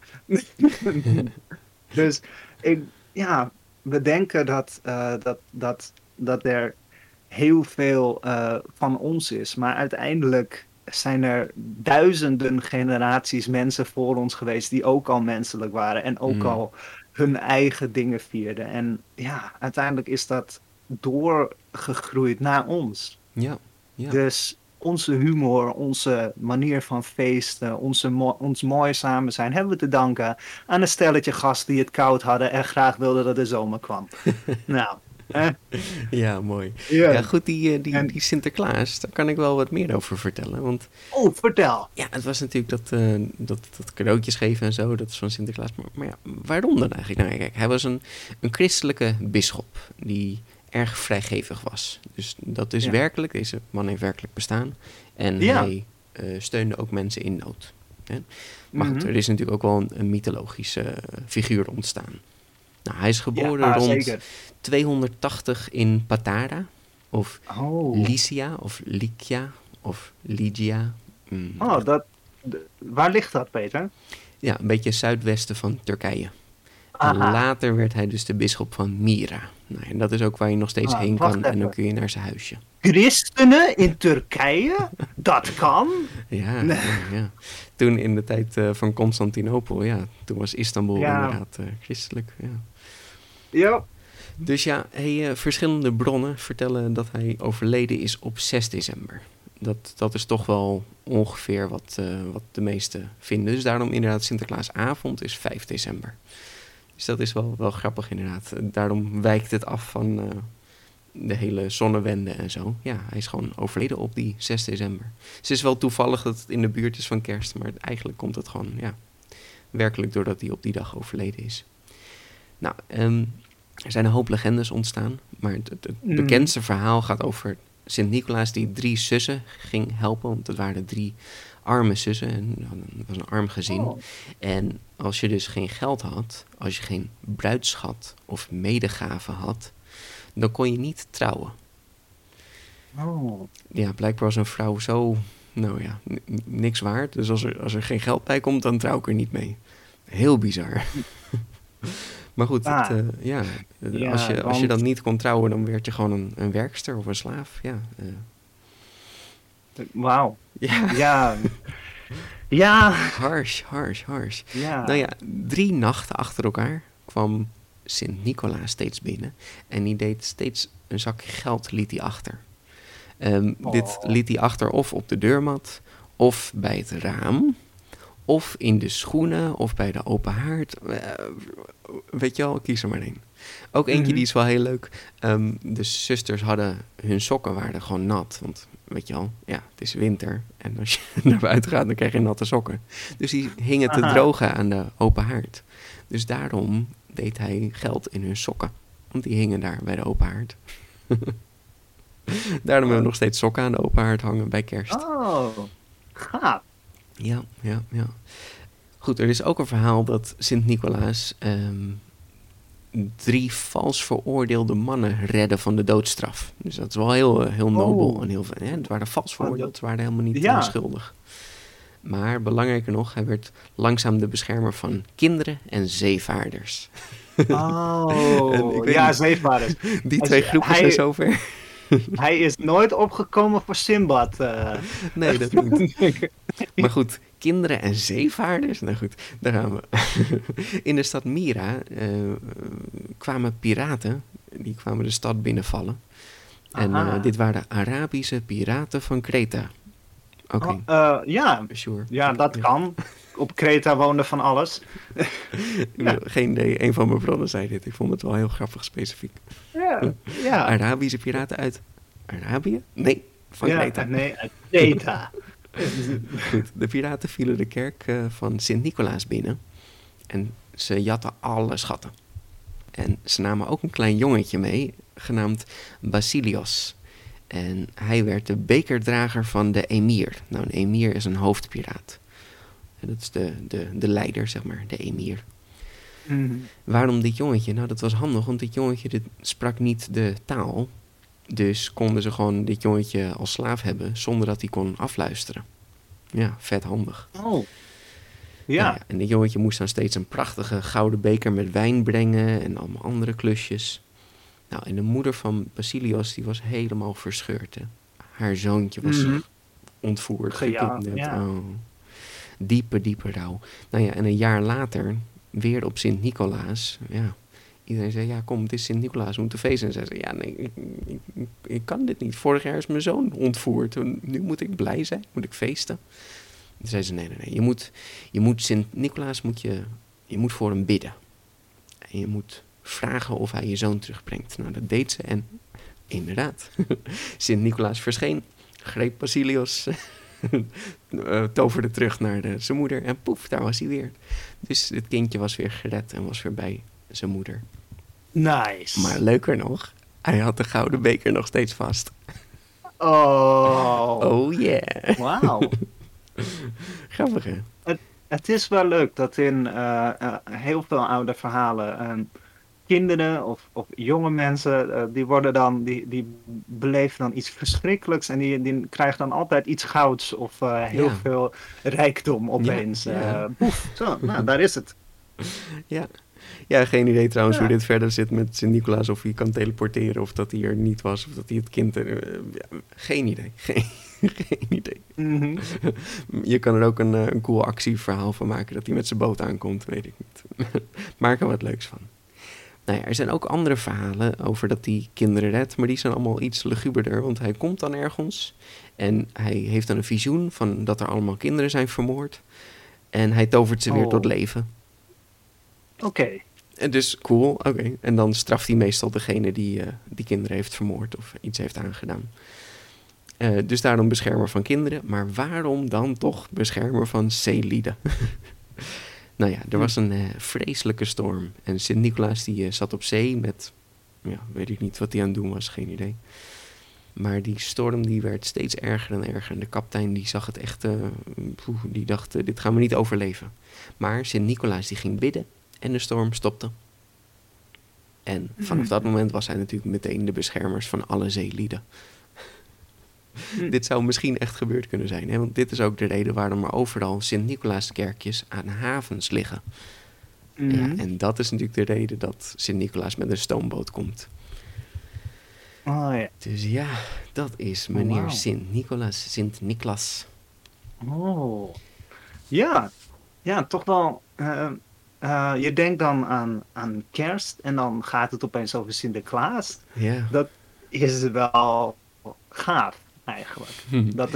Dus we denken dat er heel veel van ons is. Maar uiteindelijk zijn er duizenden generaties mensen voor ons geweest... die ook al menselijk waren. En ook al hun eigen dingen vierden. En ja, uiteindelijk is dat... doorgegroeid naar ons.
Ja.
Dus onze humor, onze manier van feesten, ons mooi samen zijn, hebben we te danken aan een stelletje gasten die het koud hadden en graag wilden dat de zomer kwam. Nou,
Ja, mooi. Ja, goed, die Sinterklaas, daar kan ik wel wat meer over vertellen. Want,
vertel.
Ja, het was natuurlijk dat cadeautjes geven en zo, dat is van Sinterklaas. Maar ja, waarom dan eigenlijk? Nou, kijk, hij was een christelijke bisschop die erg vrijgevig was. Dus dat is werkelijk, deze man heeft werkelijk bestaan. En hij steunde ook mensen in nood. Hè? Maar goed, er is natuurlijk ook wel een mythologische figuur ontstaan. Nou, hij is geboren rond 280 in Patara, of Lycia, of Lycia, of Lygia.
Waar ligt dat, Peter?
Ja, een beetje zuidwesten van Turkije. En later werd hij dus de bisschop van Myra. Nou, en dat is ook waar je nog steeds heen kan en dan kun je naar zijn huisje.
Christenen in Turkije? Dat kan?
Ja, ja. Toen in de tijd van Constantinopel, toen was Istanbul inderdaad christelijk. Ja. Dus verschillende bronnen vertellen dat hij overleden is op 6 december. Dat is toch wel ongeveer wat de meesten vinden. Dus daarom inderdaad Sinterklaasavond is 5 december. Dus dat is wel grappig inderdaad. Daarom wijkt het af van de hele zonnewende en zo. Ja, hij is gewoon overleden op die 6 december. Dus het is wel toevallig dat het in de buurt is van kerst. Maar eigenlijk komt het gewoon, werkelijk doordat hij op die dag overleden is. Nou, er zijn een hoop legendes ontstaan. Maar het bekendste verhaal gaat over Sint-Nicolaas die 3 zussen ging helpen. Want het waren 3 arme zussen. En het was een arm gezin. En als je dus geen geld had, als je geen bruidsschat of medegave had, dan kon je niet trouwen. Ja, blijkbaar was een vrouw zo, niks waard. Dus als er geen geld bij komt, dan trouw ik er niet mee. Heel bizar. Maar goed, als je dan niet kon trouwen, dan werd je gewoon een werkster of een slaaf. Ja.
Wauw.
Ja.
Ja.
Harsh. Ja. Nou ja, 3 nachten achter elkaar kwam Sint-Nicolaas steeds binnen. En die deed steeds een zakje geld, liet hij achter. Dit liet hij achter of op de deurmat, of bij het raam, of in de schoenen, of bij de open haard. Weet je wel, kies er maar één. Ook eentje die is wel heel leuk. De zusters hadden hun sokken waren gewoon nat. Want weet je wel, het is winter. En als je naar buiten gaat, dan krijg je natte sokken. Dus die hingen te drogen aan de open haard. Dus daarom deed hij geld in hun sokken. Want die hingen daar bij de open haard. Daarom hebben we nog steeds sokken aan de open haard hangen bij kerst.
Gaaf.
Ja. Goed, er is ook een verhaal dat Sint-Nicolaas 3 vals veroordeelde mannen redden van de doodstraf. Dus dat is wel heel nobel. En het waren vals veroordeeld, ze waren helemaal niet schuldig. Maar belangrijker nog, hij werd langzaam de beschermer van kinderen en zeevaarders.
Zeevaarders.
Die 2 groepen zijn zover.
Hij is nooit opgekomen voor Simbad.
Nee, dat niet. Maar goed, kinderen en zeevaarders. Nou goed, daar gaan we. In de stad Myra kwamen piraten. Die kwamen de stad binnenvallen. En dit waren Arabische piraten van Kreta. Oké.
Sure. Ja, dat kan. Op Kreta woonde van alles.
Geen idee. Een van mijn bronnen zei dit. Ik vond het wel heel grappig specifiek.
Ja.
Arabische piraten uit Arabië? Nee, van Kreta.
Nee, uit Kreta.
Goed, de piraten vielen de kerk van Sint-Nicolaas binnen. En ze jatten alle schatten. En ze namen ook een klein jongetje mee, genaamd Basilios. En hij werd de bekerdrager van de emir. Nou, een emir is een hoofdpiraat. Dat is de leider, zeg maar, de emir. Waarom dit jongetje? Nou, dat was handig, want dit jongetje sprak niet de taal. Dus konden ze gewoon dit jongetje als slaaf hebben, zonder dat hij kon afluisteren. Ja, vet handig.
Ja.
En dit jongetje moest dan steeds een prachtige gouden beker met wijn brengen en allemaal andere klusjes. Nou, en de moeder van Basilios, die was helemaal verscheurd. Hè. Haar zoontje was ontvoerd, gekidnapt. Diepe rouw. Nou ja, en een jaar later, weer op Sint-Nicolaas. Ja, iedereen zei, kom, het is Sint-Nicolaas, we moeten feesten. En zij zei, nee, ik kan dit niet. Vorig jaar is mijn zoon ontvoerd. Nu moet ik blij zijn, moet ik feesten. Toen zei ze, nee. Je moet Sint-Nicolaas, je moet voor hem bidden. En je moet vragen of hij je zoon terugbrengt. Nou, dat deed ze en inderdaad, Sint-Nicolaas verscheen, greep Basilios, toverde terug naar zijn moeder en poef, daar was hij weer. Dus het kindje was weer gered en was weer bij zijn moeder.
Nice.
Maar leuker nog, hij had de gouden beker nog steeds vast.
Oh
yeah.
Wauw.
Grappig, hè?
Het is wel leuk dat in heel veel oude verhalen kinderen of jonge mensen, die beleven dan iets verschrikkelijks en die krijgen dan altijd iets gouds of heel veel rijkdom opeens. Zo, nou, daar is het.
Ja, geen idee trouwens hoe dit verder zit met Sint-Nicolaas, of hij kan teleporteren, of dat hij er niet was, of dat hij het kind... geen idee. Geen idee.
Mm-hmm.
Je kan er ook een cool actieverhaal van maken, dat hij met zijn boot aankomt, weet ik niet. Maak er wat leuks van. Nou ja, er zijn ook andere verhalen over dat hij kinderen redt, maar die zijn allemaal iets luguberder, want hij komt dan ergens en hij heeft dan een visioen van dat er allemaal kinderen zijn vermoord en hij tovert ze weer tot leven.
Oké.
En dus cool, oké. En dan straft hij meestal degene die kinderen heeft vermoord of iets heeft aangedaan. Dus daarom beschermer van kinderen. Maar waarom dan toch beschermer van zeelieden? Nou ja, er was een vreselijke storm. En Sint-Nicolaas die zat op zee met... Ja, weet ik niet wat hij aan het doen was, geen idee. Maar die storm die werd steeds erger en erger. En de kapitein die zag het echt... die dacht, dit gaan we niet overleven. Maar Sint-Nicolaas die ging bidden. En de storm stopte. En vanaf dat moment was hij natuurlijk meteen de beschermers van alle zeelieden. Dit zou misschien echt gebeurd kunnen zijn. Hè? Want dit is ook de reden waarom er overal Sint-Nicolaaskerkjes aan havens liggen. Ja, en dat is natuurlijk de reden dat Sint-Nicolaas met een stoomboot komt.
Oh, ja.
Dus ja, dat is meneer Sint-Nicolaas.
Oh. Ja. Ja, toch wel... je denkt dan aan kerst en dan gaat het opeens over Sinterklaas.
Ja.
Dat is wel gaaf, eigenlijk. Dat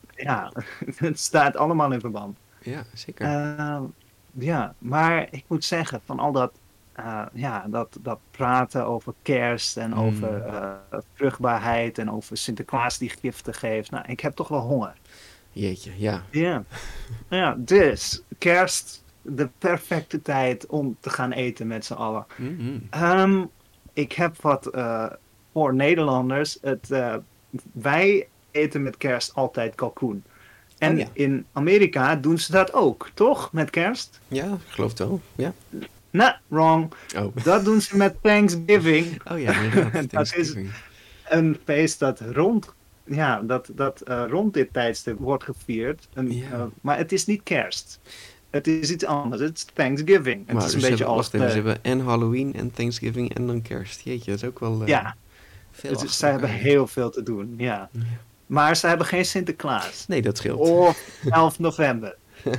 het staat allemaal in verband.
Ja, zeker.
Ja, maar ik moet zeggen, van al dat praten over kerst en over vruchtbaarheid en over Sinterklaas die giften geeft. Nou, ik heb toch wel honger.
Jeetje, ja.
Ja, dus kerst, de perfecte tijd om te gaan eten met z'n allen. Ik heb wat voor Nederlanders. Wij eten met kerst altijd kalkoen. En in Amerika doen ze dat ook, toch? Met kerst?
Ja, ik geloof het wel. Ja.
Nou, wrong.
Oh.
Dat doen ze met Thanksgiving.
Oh ja, inderdaad.
Dat is een feest dat rond dit tijdstip wordt gevierd. Maar het is niet kerst. Het is iets anders. Het is Thanksgiving. Het is een beetje als...
Ze hebben en Halloween en Thanksgiving en dan kerst. Jeetje, dat is ook wel veel.
Ze hebben heel veel te doen, ja. Maar ze hebben geen Sinterklaas.
Nee, dat scheelt.
Of 11 november.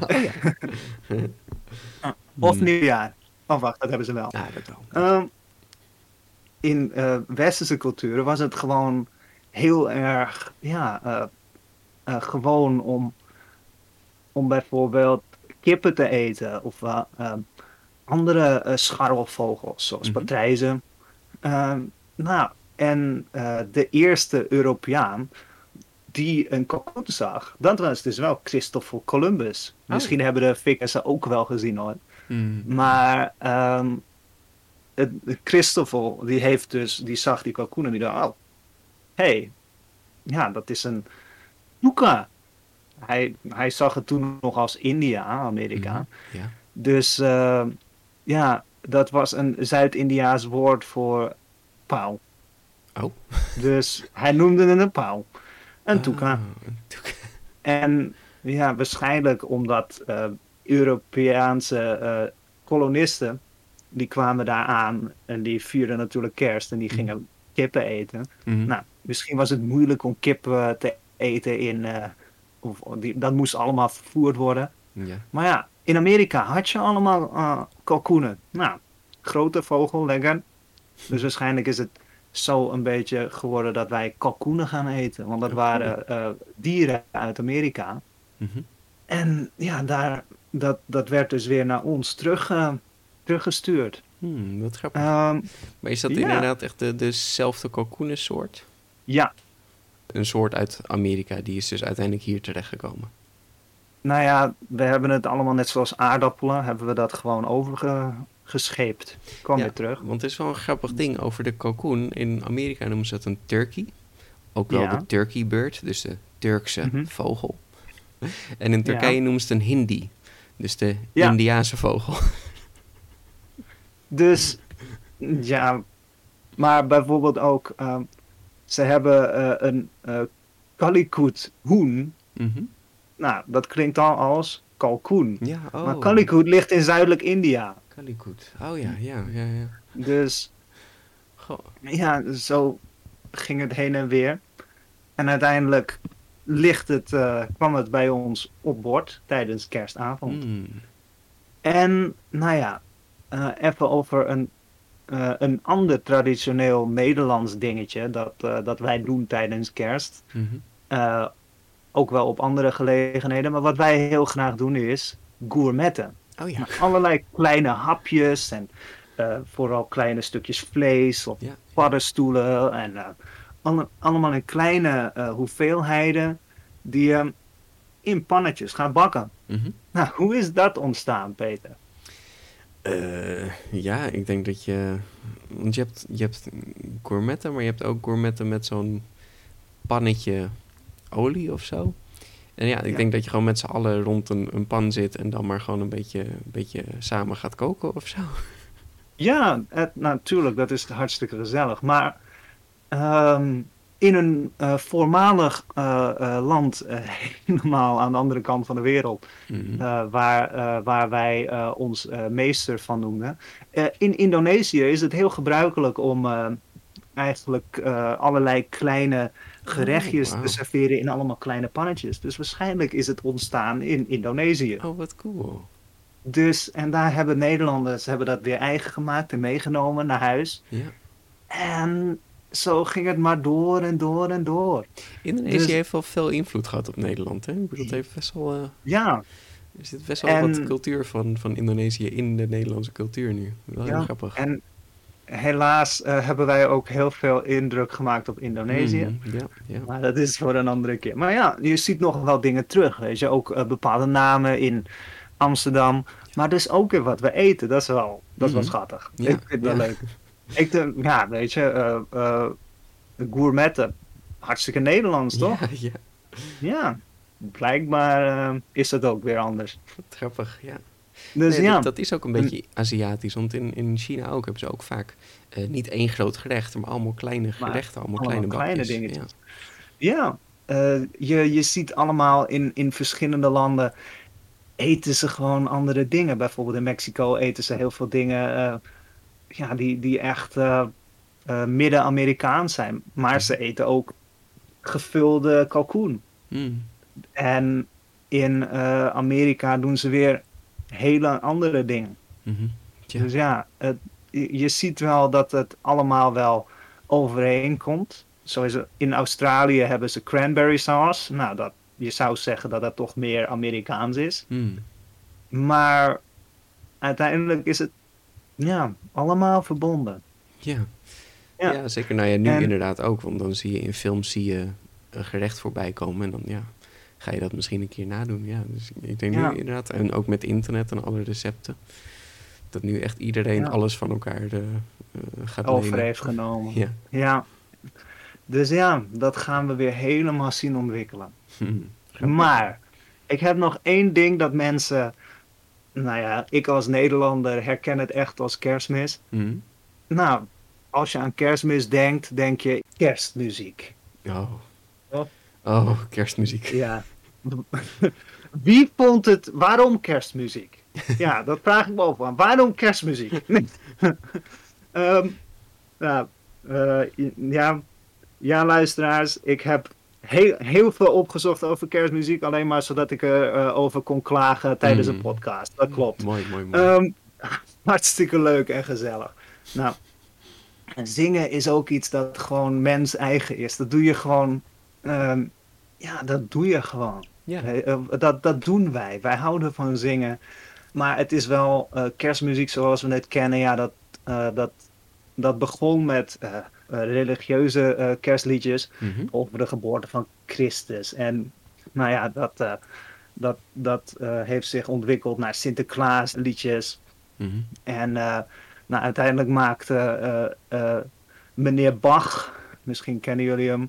Of nieuwjaar. Oh, wacht, dat hebben ze wel.
Ja, dat wel.
In westerse culturen was het gewoon heel erg, gewoon om bijvoorbeeld kippen te eten of andere scharrelvogels, zoals patrijzen. De eerste Europeaan die een kalkoen zag, dat was dus wel Christopher Columbus. Misschien hebben de Vikkers ook wel gezien hoor. Maar Christopher, die zag die kalkoen en die dacht, dat is een Tuca. Hij zag het toen nog als India, Amerika.
Ja.
Dus dat was een Zuid-Indiaas woord voor pauw.
Oh.
Dus hij noemde het een pauw. Een Tuca. En waarschijnlijk omdat Europese kolonisten, die kwamen daar aan en die vierden natuurlijk kerst en die gingen kippen eten. Nou, misschien was het moeilijk om kippen te eten dat moest allemaal vervoerd worden.
Ja.
Maar ja, in Amerika had je allemaal kalkoenen. Nou, grote vogel, lekker. Dus waarschijnlijk is het zo een beetje geworden dat wij kalkoenen gaan eten. Want dat waren dieren uit Amerika. En ja, dat werd dus weer naar ons teruggestuurd.
Wat grappig. Maar is dat inderdaad echt dezelfde kalkoenensoort?
Ja.
Een soort uit Amerika, die is dus uiteindelijk hier terechtgekomen.
Nou ja, we hebben het allemaal net zoals aardappelen, hebben we dat gewoon overgescheept. Kwam weer terug.
Want er is wel een grappig ding over de kalkoen. In Amerika noemen ze dat een turkey. Ook wel de turkey bird, dus de Turkse vogel. En in Turkije noemen ze het een hindi, dus de Indiase vogel.
Dus, ja, maar bijvoorbeeld ook, ze hebben een kalikut hoen. Nou, dat klinkt al als kalkoen.
Ja,
maar kalikut ligt in zuidelijk India.
Kalikut, ja.
Dus, ja, zo ging het heen en weer. En uiteindelijk kwam het bij ons op bord tijdens kerstavond. En, nou ja, even over een ander traditioneel Nederlands dingetje dat wij doen tijdens kerst. Ook wel op andere gelegenheden. Maar wat wij heel graag doen is gourmetten.
Oh ja.
Allerlei kleine hapjes en vooral kleine stukjes vlees of paddenstoelen. En allemaal in kleine hoeveelheden die je in pannetjes gaat bakken. Nou, hoe is dat ontstaan, Peter?
Ja, ik denk dat want je hebt gourmetten, maar je hebt ook gourmetten met zo'n pannetje olie of zo. En ik denk dat je gewoon met z'n allen rond een pan zit en dan maar gewoon een beetje samen gaat koken of zo.
Ja, natuurlijk, dat is hartstikke gezellig. Maar in een voormalig land, helemaal aan de andere kant van de wereld, waar wij ons meester van noemden. In Indonesië is het heel gebruikelijk om eigenlijk allerlei kleine gerechtjes te serveren in allemaal kleine pannetjes. Dus waarschijnlijk is het ontstaan in Indonesië.
Oh, wat cool.
Dus, en daar hebben Nederlanders dat weer eigen gemaakt en meegenomen naar huis.
Ja.
En zo ging het maar door en door en door.
Indonesië heeft wel veel invloed gehad op Nederland, hè? Ik bedoel, het heeft best wel... Er zit best wel wat cultuur van Indonesië in de Nederlandse cultuur nu. Wel heel grappig.
En helaas hebben wij ook heel veel indruk gemaakt op Indonesië.
Ja.
Maar dat is voor een andere keer. Maar ja, je ziet nog wel dingen terug. Weet je, ook bepaalde namen in Amsterdam. Maar dus ook weer wat we eten. Dat is wel schattig. Ja, ik vind het wel leuk. Weet je, gourmetten. Hartstikke Nederlands, toch? Ja, blijkbaar is dat ook weer anders.
Grappig, ja.
Dus
dat is ook een beetje Aziatisch, want in China ook hebben ze ook vaak niet één groot gerecht, maar allemaal kleine gerechten, allemaal kleine bakjes.
Dingetjes. Ja, je ziet allemaal in verschillende landen eten ze gewoon andere dingen. Bijvoorbeeld in Mexico eten ze heel veel dingen die echt Midden-Amerikaans zijn. Maar ze eten ook gevulde kalkoen. En in Amerika doen ze weer hele andere dingen. Dus je ziet wel dat het allemaal wel overeenkomt. Zo is het, in Australië hebben ze cranberry sauce. Nou, je zou zeggen dat dat toch meer Amerikaans is. Maar uiteindelijk is het allemaal verbonden.
Ja, zeker. Nou ja, nu inderdaad ook. Want dan zie je in films een gerecht voorbij komen. En dan ga je dat misschien een keer nadoen. Ja, dus ik denk nu inderdaad, en ook met internet en alle recepten, dat nu echt iedereen alles van elkaar gaat
over
lenen.
heeft genomen. Ja. Dus dat gaan we weer helemaal zien ontwikkelen. Maar ik heb nog één ding dat mensen, ik als Nederlander herken het echt als Kerstmis. Nou, als je aan Kerstmis denkt, denk je kerstmuziek.
Oh, kerstmuziek.
Ja. Wie vond het... Waarom kerstmuziek? Ja, dat vraag ik me ook aan. Waarom kerstmuziek? Luisteraars. Ik heb heel veel opgezocht over kerstmuziek. Alleen maar zodat ik over kon klagen tijdens een podcast. Dat klopt.
Mooi.
Hartstikke leuk en gezellig. Nou, zingen is ook iets dat gewoon mens eigen is. Dat doe je gewoon... dat doe je gewoon.
Ja.
Dat doen wij. Wij houden van zingen. Maar het is wel kerstmuziek zoals we het kennen. Ja, dat begon met religieuze kerstliedjes over de geboorte van Christus. En nou ja, dat heeft zich ontwikkeld naar Sinterklaasliedjes. En nou, uiteindelijk maakte meneer Bach, misschien kennen jullie hem,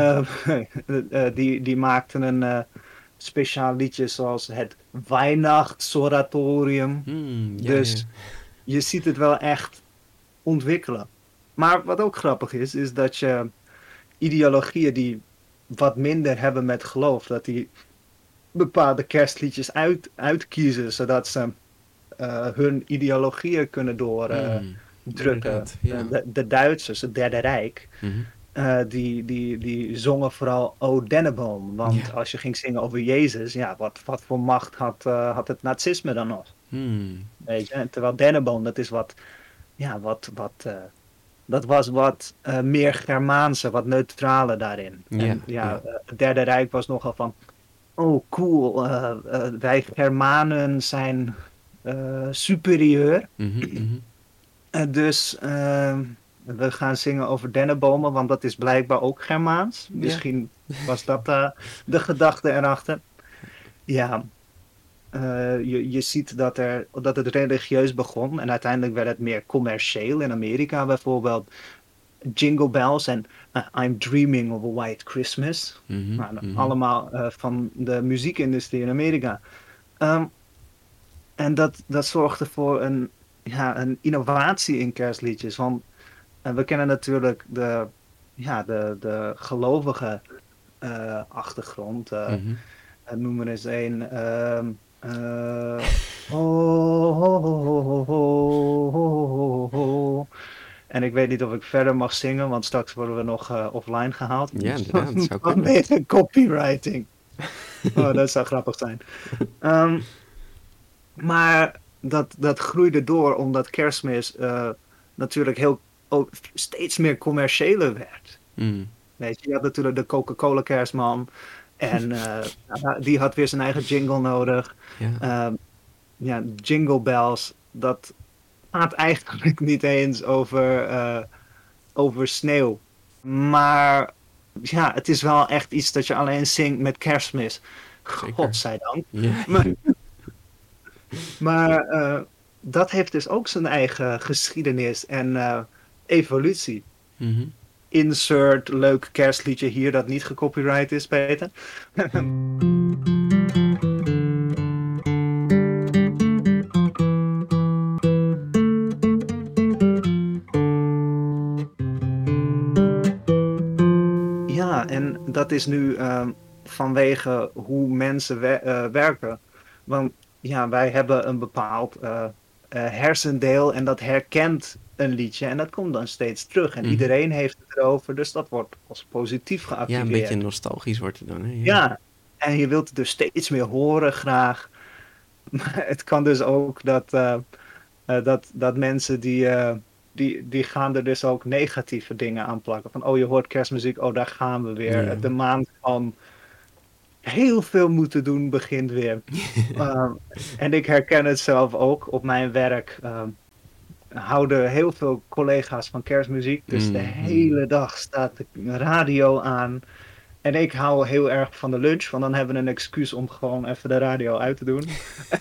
die maakte een speciaal liedje zoals het Weihnachtsoratorium. Dus je ziet het wel echt ontwikkelen. Maar wat ook grappig is dat je ideologieën die wat minder hebben met geloof, dat die bepaalde kerstliedjes uitkiezen, zodat ze hun ideologieën kunnen doordrukken. De Duitsers, het Derde Rijk, die zongen vooral O Denneboom. Want als je ging zingen over Jezus, ja, wat voor macht had het nazisme dan nog? Weet je? Terwijl Denneboom, dat is dat was wat meer Germaanse, wat neutrale daarin. Het Derde Rijk was nogal van, oh cool, wij Germanen zijn superieur. Dus we gaan zingen over dennenbomen, want dat is blijkbaar ook Germaans. Misschien was dat de gedachte erachter. Ja, je ziet dat het religieus begon en uiteindelijk werd het meer commercieel. In Amerika bijvoorbeeld Jingle Bells en I'm Dreaming of a White Christmas. Allemaal van de muziekindustrie in Amerika. En dat zorgde voor een innovatie in kerstliedjes. Want we kennen natuurlijk de gelovige achtergrond. Noem er eens een. En ik weet niet of ik verder mag zingen, want straks worden we nog offline gehaald.
Ja, inderdaad. Dat zou
vanwege copywriting. Dat zou grappig zijn. Maar dat groeide door omdat Kerstmis natuurlijk steeds meer commerciëler werd. Weet je had natuurlijk de Coca-Cola kerstman. En die had weer zijn eigen jingle nodig. Jingle Bells, dat gaat eigenlijk niet eens over sneeuw. Maar ja, het is wel echt iets dat je alleen zingt met Kerstmis. Godzijdank. Maar dat heeft dus ook zijn eigen geschiedenis en evolutie. Insert leuk kerstliedje hier dat niet gecopyright is, Peter. Ja, en dat is nu vanwege hoe mensen werken. Want ja, wij hebben een bepaald hersendeel en dat herkent een liedje en dat komt dan steeds terug. En iedereen heeft het erover, dus dat wordt als positief geactiveerd.
Ja, een beetje nostalgisch wordt het dan. Hè?
Ja, en je wilt het dus steeds meer horen graag. Maar het kan dus ook dat mensen die gaan er dus ook negatieve dingen aan plakken. Van, oh, je hoort kerstmuziek, oh, daar gaan we weer. Ja. De maand van heel veel moeten doen begint weer. En ik herken het zelf ook op mijn werk. Houden heel veel collega's van kerstmuziek. Dus de hele dag staat de radio aan. En ik hou heel erg van de lunch. Want dan hebben we een excuus om gewoon even de radio uit te doen.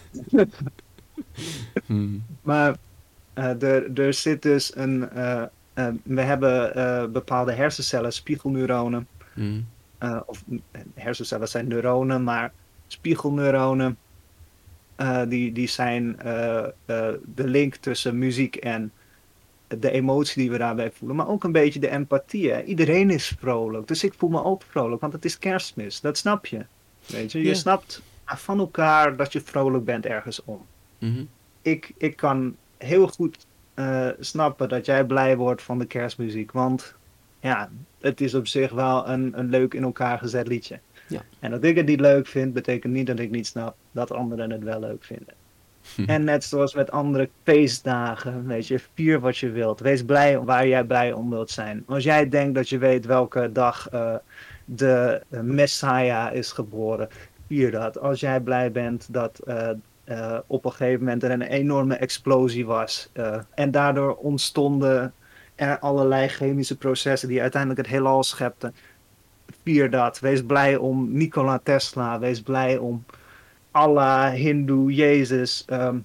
Maar er zit dus we hebben bepaalde hersencellen, spiegelneuronen. Of hersencellen zijn neuronen, maar spiegelneuronen. Die zijn de link tussen muziek en de emotie die we daarbij voelen. Maar ook een beetje de empathie. Hè? Iedereen is vrolijk. Dus ik voel me ook vrolijk. Want het is Kerstmis. Dat snap je. Weet je? Je snapt van elkaar dat je vrolijk bent ergens om. Ik kan heel goed snappen dat jij blij wordt van de kerstmuziek. Want ja, het is op zich wel een leuk in elkaar gezet liedje. Ja. En dat ik het niet leuk vind, betekent niet dat ik niet snap dat anderen het wel leuk vinden. En net zoals met andere feestdagen, weet je, vier wat je wilt. Wees blij waar jij blij om wilt zijn. Als jij denkt dat je weet welke dag de Messiah is geboren, vier dat. Als jij blij bent dat op een gegeven moment er een enorme explosie was. En daardoor ontstonden er allerlei chemische processen die uiteindelijk het heelal schepten. Vier dat. Wees blij om Nikola Tesla. Wees blij om Allah, Hindoe, Jezus,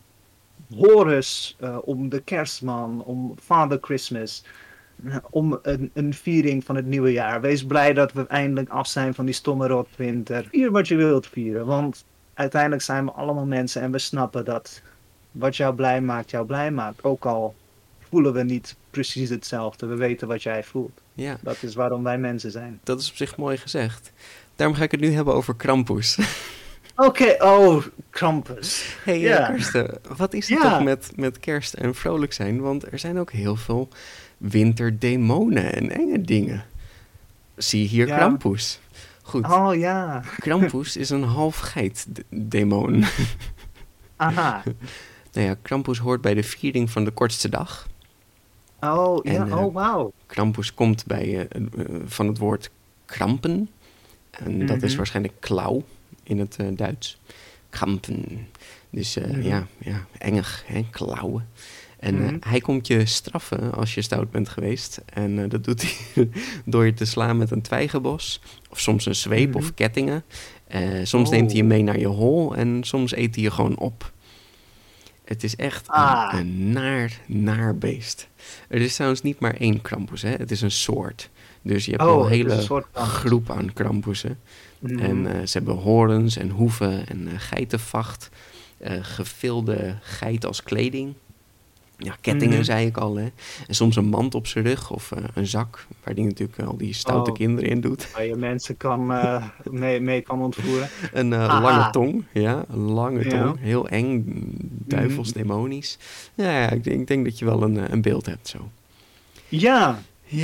Horus, om de kerstman, om Father Christmas, om een viering van het nieuwe jaar. Wees blij dat we eindelijk af zijn van die stomme rotwinter. Vier wat je wilt vieren, want uiteindelijk zijn we allemaal mensen en we snappen dat wat jou blij maakt. Ook al voelen we niet precies hetzelfde, we weten wat jij voelt.
Ja.
Dat is waarom wij mensen zijn.
Dat is op zich mooi gezegd. Daarom ga ik het nu hebben over Krampus.
Oké, Krampus.
Hey, Karsten, wat is het toch met kerst en vrolijk zijn? Want er zijn ook heel veel winterdemonen en enge dingen. Zie hier Krampus. Goed.
Oh ja.
Krampus is een half geit-demon.
Aha.
Nou ja, Krampus hoort bij de viering van de kortste dag.
Oh, ja, wauw.
Krampus komt van het woord krampen. En dat is waarschijnlijk klauw in het Duits. Krampen. Dus engig, hè, klauwen. En hij komt je straffen als je stout bent geweest. En dat doet hij door je te slaan met een twijgenbos. Of soms een zweep of kettingen. Soms neemt hij je mee naar je hol. En soms eet hij je gewoon op. Het is echt een naar beest. Er is trouwens niet maar één Krampus, hè. Het is een soort. Dus je hebt een hele groep aan Krampussen. En ze hebben horens en hoeven en geitenvacht. Gevilde geit als kleding. Ja, kettingen zei ik al, hè. En soms een mand op zijn rug of een zak, waar die natuurlijk al die stoute kinderen in doet.
Waar je mensen mee kan ontvoeren.
Een lange tong, ja, een lange tong. Heel eng, duivels, demonisch. Ja, ik denk dat je wel een beeld hebt zo.
Ja,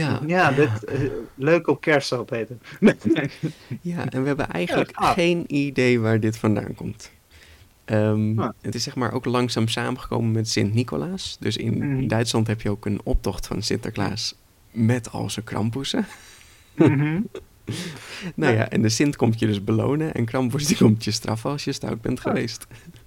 leuk op kerst zo, Peter.
Ja, en we hebben eigenlijk geen idee waar dit vandaan komt. Het is zeg maar ook langzaam samengekomen met Sint-Nicolaas. Dus in Duitsland heb je ook een optocht van Sinterklaas met al zijn Krampussen. Nou ja, en de Sint komt je dus belonen en Krampus die komt je straffen als je stout bent geweest.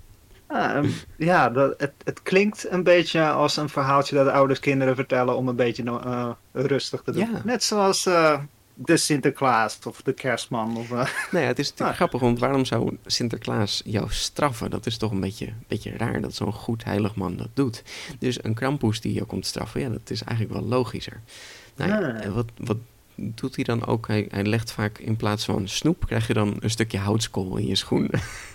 Het klinkt een beetje als een verhaaltje dat ouders kinderen vertellen om een beetje rustig te doen. Ja. Net zoals de Sinterklaas of de kerstman. Nou
ja, het is natuurlijk grappig, want waarom zou Sinterklaas jou straffen? Dat is toch een beetje raar dat zo'n goed heilig man dat doet. Dus een Krampus die je komt straffen, ja, dat is eigenlijk wel logischer. Nou ja, wat doet hij dan ook? Hij legt vaak in plaats van snoep, krijg je dan een stukje houtskool in je schoen.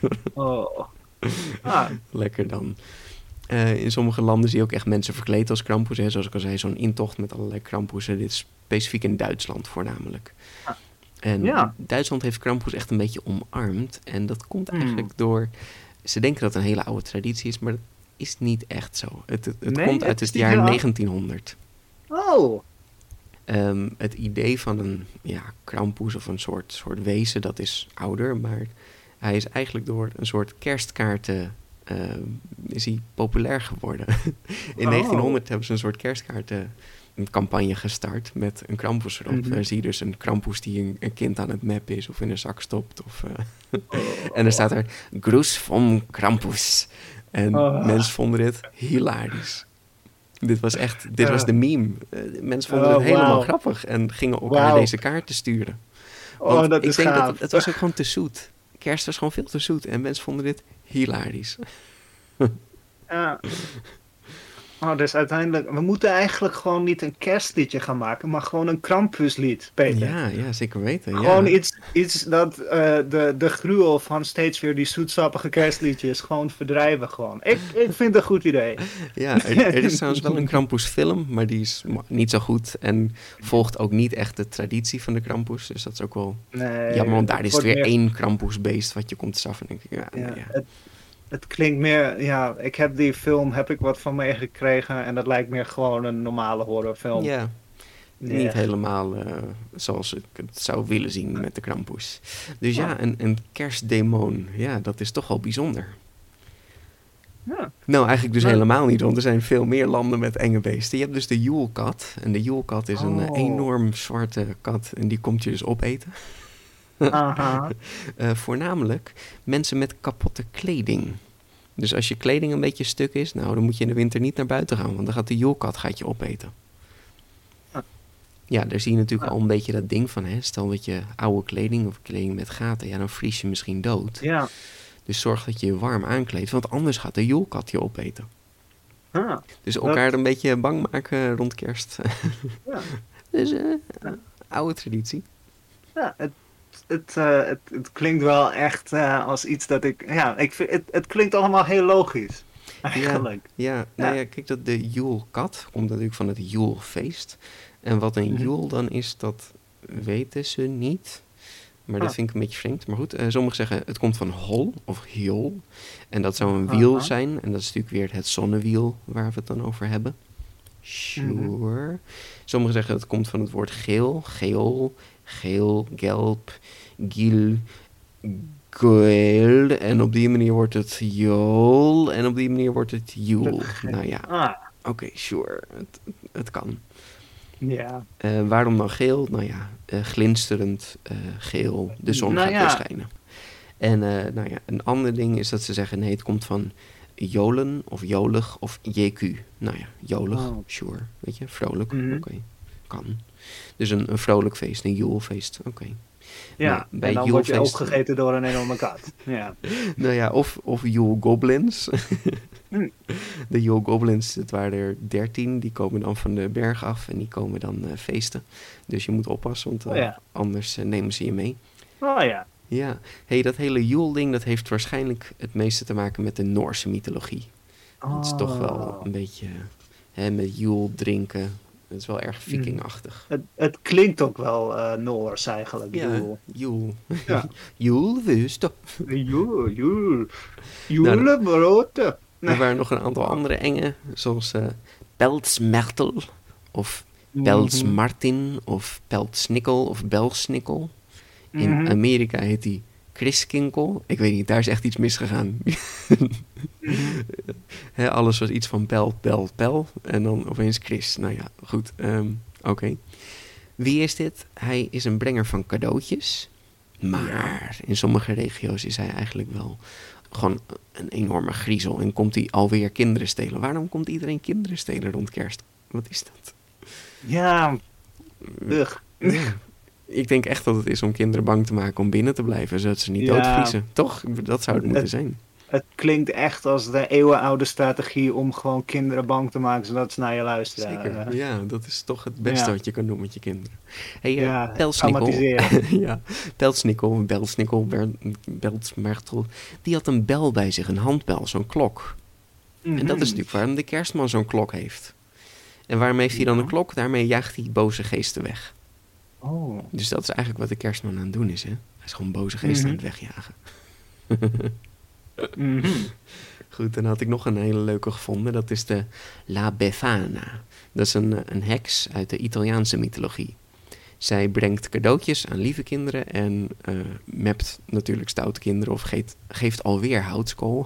Lekker dan. In sommige landen zie je ook echt mensen verkleed als Krampus. Hè. Zoals ik al zei, zo'n intocht met allerlei Krampussen. Dit is specifiek in Duitsland voornamelijk. En Duitsland heeft Krampus echt een beetje omarmd. En dat komt eigenlijk door... Ze denken dat het een hele oude traditie is, maar dat is niet echt zo. Het komt uit het jaar 1900.
Oh!
Het idee van een Krampus of een soort wezen, dat is ouder. Maar hij is eigenlijk door een soort kerstkaarten... is hij populair geworden. In 1900 hebben ze een soort kerstkaartencampagne gestart met een Krampus erop. Dan zie je dus een Krampus die een kind aan het mappen is of in een zak stopt. En dan staat er Gruß vom Krampus. En mensen vonden dit hilarisch. Dit was de meme. Mensen vonden het helemaal grappig en gingen elkaar deze kaarten sturen. Want
dat is
ik denk
gaaf.
dat het was ook gewoon te zoet. Kerst was gewoon veel te zoet en mensen vonden dit hilarisch.
Ja. Dus uiteindelijk... We moeten eigenlijk gewoon niet een kerstliedje gaan maken, maar gewoon een Krampuslied, Peter.
Ja, zeker weten.
Gewoon iets dat de gruwel van steeds weer die zoetsappige kerstliedjes gewoon verdrijven gewoon. Ik vind het een goed idee.
Ja, er is trouwens wel een Krampusfilm, maar die is niet zo goed en volgt ook niet echt de traditie van de Krampus. Dus dat is ook wel jammer, want daar is het weer één Krampusbeest wat je komt straffen. Denk ik,
Het klinkt meer, ik heb die film, wat van meegekregen en dat lijkt meer gewoon een normale horrorfilm.
Ja, niet helemaal zoals ik het zou willen zien met de Krampus. Dus een kerstdemon, dat is toch wel bijzonder. Ja. Nou, eigenlijk dus helemaal niet, want er zijn veel meer landen met enge beesten. Je hebt dus de Joelkat. En de Joelkat is een enorm zwarte kat en die komt je dus opeten. Voornamelijk mensen met kapotte kleding. Dus als je kleding een beetje stuk is, nou, dan moet je in de winter niet naar buiten gaan, want dan gaat de joelkat je opeten. Ja, daar zie je natuurlijk al een beetje dat ding van, hè. Stel dat je oude kleding of kleding met gaten, ja, dan vries je misschien dood.
Ja.
Dus zorg dat je je warm aankleedt, want anders gaat de joelkat je opeten. Dus elkaar een beetje bang maken rond kerst. Ja. Dus oude traditie.
Ja, het klinkt wel echt als iets dat ik... Ja, ik vind, het klinkt allemaal heel logisch. Eigenlijk.
Ja, nou ja, kijk, dat de joelkat komt natuurlijk van het joelfeest. En wat een joel dan is, dat weten ze niet. Maar dat vind ik een beetje vreemd. Maar goed, sommigen zeggen het komt van hol of hiol. En dat zou een wiel zijn. En dat is natuurlijk weer het zonnewiel waar we het dan over hebben. Sure. Sommigen zeggen het komt van het woord geel, geol, geel, gelb, giel, goel. En op die manier wordt het jool. En op die manier wordt het joel. Nou ja, oké, sure. Het kan.
Ja.
Waarom dan geel? Nou ja, glinsterend geel, de zon gaat weer schijnen. En nou ja, een ander ding is dat ze zeggen, nee, het komt van jolen of jolig of jeku. Nou ja, jolig, sure, weet je, vrolijk, oké, kan. Dus een vrolijk feest, een joelfeest, oké.
Ja, bij en dan word je opgegeten door een enorme kat. Ja.
Nou ja, of joelgoblins. De joelgoblins, het waren er 13, die komen dan van de berg af en die komen dan feesten. Dus je moet oppassen, want anders nemen ze je mee.
Oh ja.
Ja, hey, dat hele joel-ding, dat heeft waarschijnlijk het meeste te maken met de Noorse mythologie. Het is toch wel een beetje met joel drinken. Het is wel erg vikingachtig.
Het klinkt ook wel Noors eigenlijk,
joel. Joel. Ja. Joel, wust.
Joel, brood.
Er waren nog een aantal andere enge, zoals Peltsmertel of Peltsmartin of Peltsnikkel of Belsnikkel. In Amerika heet die Kriskinkel. Ik weet niet, daar is echt iets misgegaan. Alles was iets van pel. En dan opeens Chris. Nou ja, goed. Oké. Wie is dit? Hij is een brenger van cadeautjes. Maar in sommige regio's is hij eigenlijk wel gewoon een enorme griezel. En komt hij alweer kinderen stelen. Waarom komt iedereen kinderen stelen rond kerst? Wat is dat?
Ja.
Ik denk echt dat het is om kinderen bang te maken om binnen te blijven, zodat ze niet doodvriezen. Toch? Dat zou het moeten zijn.
Het klinkt echt als de eeuwenoude strategie om gewoon kinderen bang te maken, zodat ze naar je luisteren.
Zeker, ja, dat is toch het beste wat je kan doen met je kinderen. Hey, Peltsnikkel, Peltsnikkel, Beltsmertel, die had een bel bij zich, een handbel, zo'n klok. En dat is natuurlijk waarom de kerstman zo'n klok heeft. En waarom heeft hij dan een klok? Daarmee jaagt hij boze geesten weg.
Oh.
Dus dat is eigenlijk wat de kerstman aan het doen is, hè? Hij is gewoon boze geesten aan het wegjagen. Goed, dan had ik nog een hele leuke gevonden. Dat is de La Befana. Dat is een heks uit de Italiaanse mythologie. Zij brengt cadeautjes aan lieve kinderen en mept natuurlijk stoute kinderen of geeft alweer houtskool.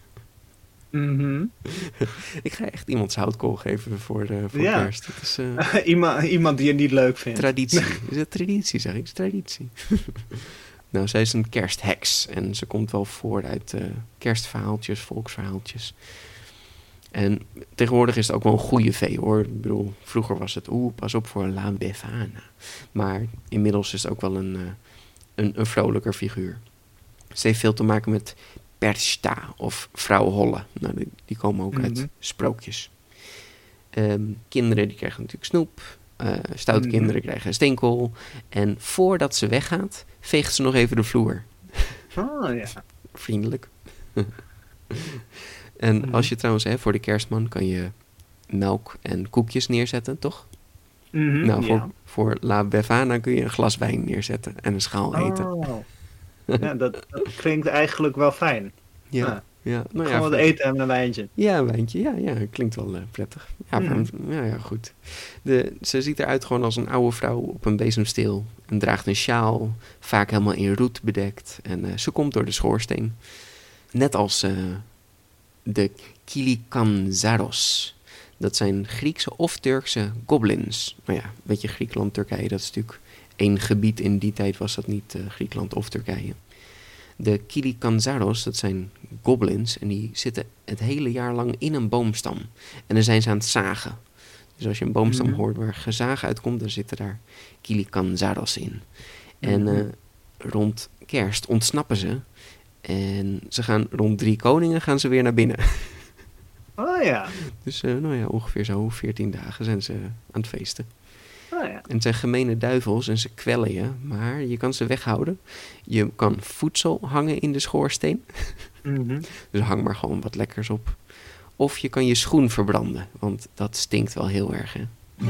Ik ga echt iemands houtkool geven voor kerst. Het is,
iemand die je niet leuk vindt.
Traditie. Is het traditie, zeg ik? Het is traditie. Nou, zij is een kerstheks. En ze komt wel voor uit kerstverhaaltjes, volksverhaaltjes. En tegenwoordig is het ook wel een goede vee, hoor. Ik bedoel, vroeger was het, pas op voor La Befana. Maar inmiddels is het ook wel een vrolijker figuur. Ze heeft veel te maken met Persta of vrouw Holle. Nou, die komen ook uit sprookjes. Kinderen die krijgen natuurlijk snoep. Stoute kinderen krijgen steenkool. En voordat ze weggaat, veegt ze nog even de vloer.
Oh ja.
Vriendelijk. En als je trouwens, voor de kerstman kan je melk en koekjes neerzetten, toch? Nou, voor La Befana kun je een glas wijn neerzetten en een schaal eten.
Ja, dat klinkt eigenlijk wel fijn.
Ja. Nou
gewoon wat eten en een wijntje.
Ja, een wijntje. Ja, klinkt wel prettig. Ja, goed. Ze ziet eruit gewoon als een oude vrouw op een bezemsteel. En draagt een sjaal, vaak helemaal in roet bedekt. En ze komt door de schoorsteen. Net als de Kilikanzaros. Dat zijn Griekse of Turkse goblins. Nou ja, weet je, Griekenland, Turkije, dat is natuurlijk één gebied. In die tijd was dat niet Griekenland of Turkije. De Kilikanzaros, dat zijn goblins. En die zitten het hele jaar lang in een boomstam. En dan zijn ze aan het zagen. Dus als je een boomstam hoort waar gezaag uitkomt, dan zitten daar Kilikanzaros in. En rond kerst ontsnappen ze. En ze gaan rond 3 koningen gaan ze weer naar binnen.
Oh ja.
Dus ongeveer zo 14 dagen zijn ze aan het feesten.
Oh ja.
En het zijn gemene duivels en ze kwellen je, maar je kan ze weghouden. Je kan voedsel hangen in de schoorsteen. Dus hang maar gewoon wat lekkers op. Of je kan je schoen verbranden, want dat stinkt wel heel erg, hè.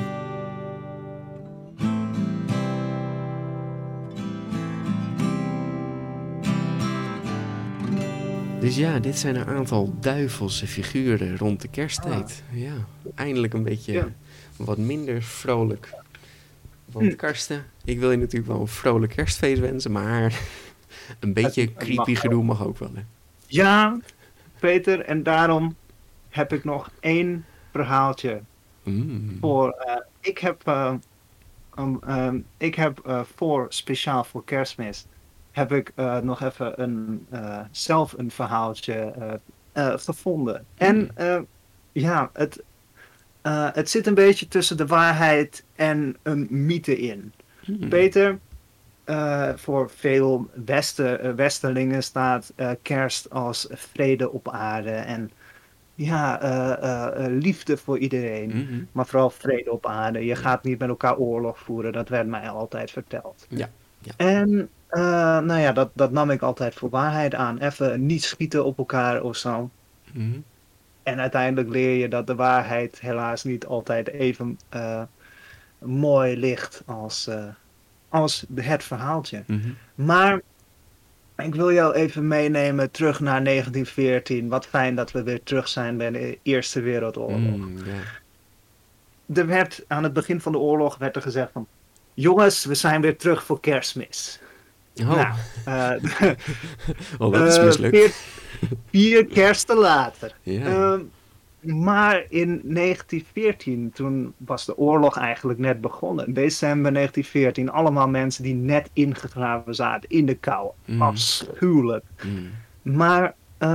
Dus ja, dit zijn een aantal duivelse figuren rond de kersttijd. Ja, eindelijk een beetje wat minder vrolijk. Want Karsten, ik wil je natuurlijk wel een vrolijk kerstfeest wensen, maar een beetje creepy gedoe mag ook wel, hè?
Ja, Peter, en daarom heb ik nog 1 verhaaltje voor. Ik heb speciaal voor Kerstmis heb ik nog even zelf een verhaaltje gevonden. En het zit een beetje tussen de waarheid en een mythe in. Peter, voor veel westerlingen staat kerst als vrede op aarde en liefde voor iedereen, maar vooral vrede op aarde. Je gaat niet met elkaar oorlog voeren, dat werd mij altijd verteld.
Ja.
En dat nam ik altijd voor waarheid aan. Even niet schieten op elkaar of zo. En uiteindelijk leer je dat de waarheid helaas niet altijd even mooi ligt als het verhaaltje. Maar ik wil jou even meenemen terug naar 1914. Wat fijn dat we weer terug zijn bij de Eerste Wereldoorlog. Er werd aan het begin van de oorlog werd er gezegd van: jongens, we zijn weer terug voor Kerstmis.
Nou, dat is mislukt.
4 kersten later.
Ja.
Maar in 1914, toen was de oorlog eigenlijk net begonnen. December 1914, allemaal mensen die net ingegraven zaten in de kou. Afschuwelijk. Maar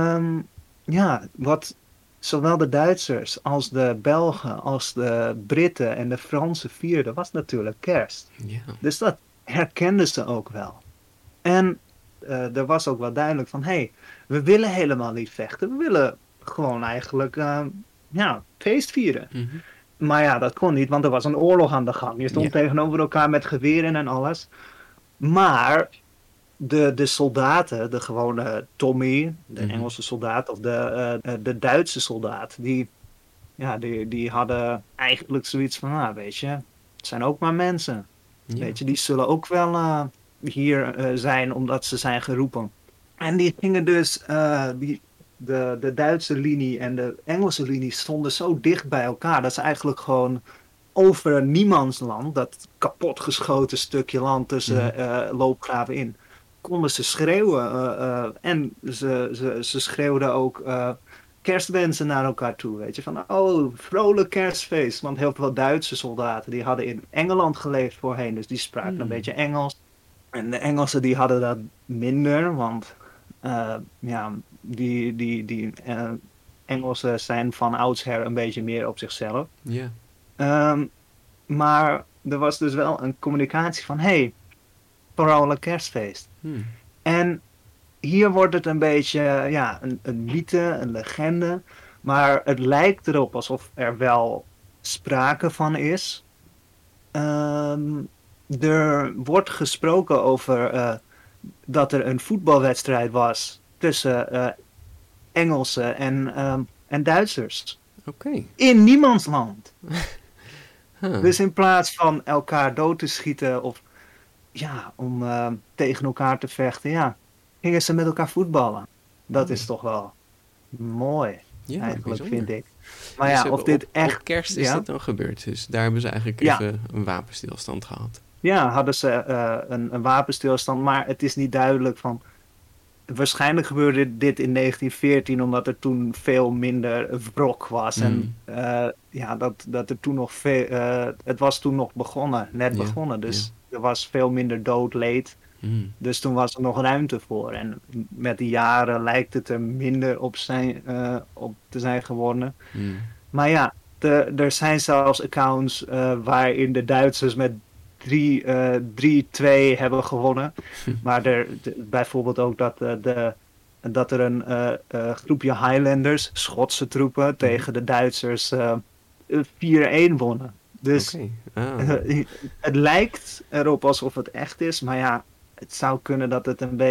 wat zowel de Duitsers als de Belgen als de Britten en de Fransen vierden, was natuurlijk kerst. Dus dat herkenden ze ook wel. En er was ook wel duidelijk van, we willen helemaal niet vechten. We willen gewoon eigenlijk feest vieren. Maar ja, dat kon niet, want er was een oorlog aan de gang. Je stond tegenover elkaar met geweren en alles. Maar de soldaten, de gewone Tommy, de Engelse soldaat of de Duitse soldaat, die hadden eigenlijk zoiets van, weet je, het zijn ook maar mensen. Weet je, die zullen ook wel hier zijn omdat ze zijn geroepen. En die gingen dus, de Duitse linie en de Engelse linie stonden zo dicht bij elkaar dat ze eigenlijk gewoon over een niemandsland, dat kapotgeschoten stukje land tussen loopgraven in, konden ze schreeuwen. En ze schreeuwden ook kerstwensen naar elkaar toe, weet je, van vrolijk kerstfeest. Want heel veel Duitse soldaten, die hadden in Engeland geleefd voorheen, dus die spraken een beetje Engels. En de Engelsen die hadden dat minder, want die Engelsen zijn van oudsher een beetje meer op zichzelf. Maar er was dus wel een communicatie van, vrolijk kerstfeest. En hier wordt het een beetje, een mythe, een legende. Maar het lijkt erop alsof er wel sprake van is. Er wordt gesproken over dat er een voetbalwedstrijd was tussen Engelsen en Duitsers. In niemandsland. Dus in plaats van elkaar dood te schieten of om tegen elkaar te vechten, gingen ze met elkaar voetballen. Dat is toch wel mooi, eigenlijk bijzonder. Vind ik. Maar
dus
of dit echt...
Op kerst is dat dan gebeurd, dus daar hebben ze eigenlijk even een wapenstilstand gehad.
Ja, hadden ze een wapenstilstand, maar het is niet duidelijk van... Waarschijnlijk gebeurde dit in 1914 omdat er toen veel minder wrok was. En dat er toen nog veel... het was toen nog begonnen, net begonnen. Dus er was veel minder dood, leed. Dus toen was er nog ruimte voor. En met de jaren lijkt het er minder op te zijn geworden. Maar ja, er zijn zelfs accounts waarin de Duitsers met 3-2 hebben gewonnen. Maar bijvoorbeeld ook dat er een groepje Highlanders, Schotse troepen, tegen de Duitsers 4-1 wonnen. Dus het lijkt erop alsof het echt is, maar ja, het zou kunnen dat het een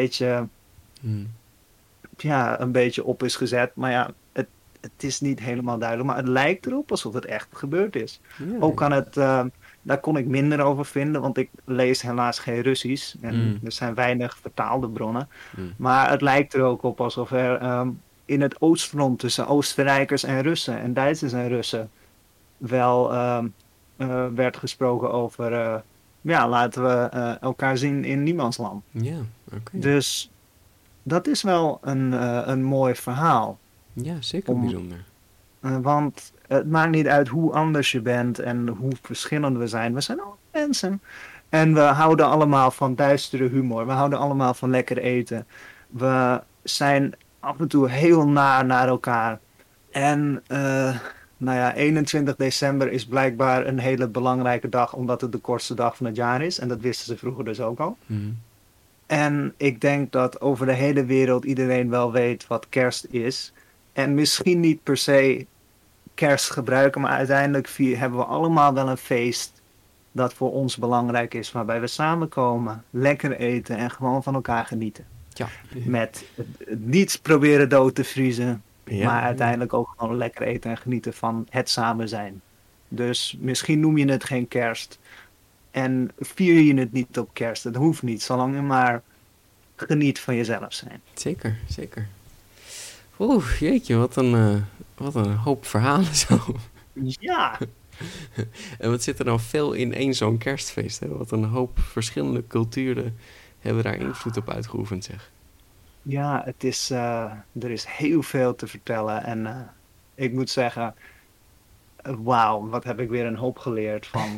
beetje op is gezet. Maar ja, het is niet helemaal duidelijk, maar het lijkt erop alsof het echt gebeurd is. Ja. Ook kan het, daar kon ik minder over vinden, want ik lees helaas geen Russisch. En er zijn weinig vertaalde bronnen. Maar het lijkt er ook op alsof er in het oostfront tussen Oostenrijkers en Russen en Duitsers en Russen wel werd gesproken over laten we elkaar zien in niemandsland.
Ja, oké.
Dus dat is wel een mooi verhaal.
Ja, zeker bijzonder.
Want het maakt niet uit hoe anders je bent en hoe verschillend we zijn. We zijn allemaal mensen. En we houden allemaal van duistere humor. We houden allemaal van lekker eten. We zijn af en toe heel naar elkaar. En 21 december is blijkbaar een hele belangrijke dag, omdat het de kortste dag van het jaar is. En dat wisten ze vroeger dus ook al. En ik denk dat over de hele wereld iedereen wel weet wat kerst is. En misschien niet per se kerst gebruiken, maar uiteindelijk hebben we allemaal wel een feest dat voor ons belangrijk is. Waarbij we samenkomen, lekker eten en gewoon van elkaar genieten.
Ja.
Met niets proberen dood te vriezen. Maar uiteindelijk ook gewoon lekker eten en genieten van het samen zijn. Dus misschien noem je het geen kerst. En vier je het niet op kerst. Dat hoeft niet, zolang je maar geniet van jezelf zijn.
Zeker, zeker. Oeh, jeetje, wat een hoop verhalen zo.
Ja.
En wat zit er dan veel in één zo'n kerstfeest? Hè? Wat een hoop verschillende culturen hebben daar invloed op uitgeoefend, zeg.
Ja, er is heel veel te vertellen. En ik moet zeggen, wauw, wat heb ik weer een hoop geleerd van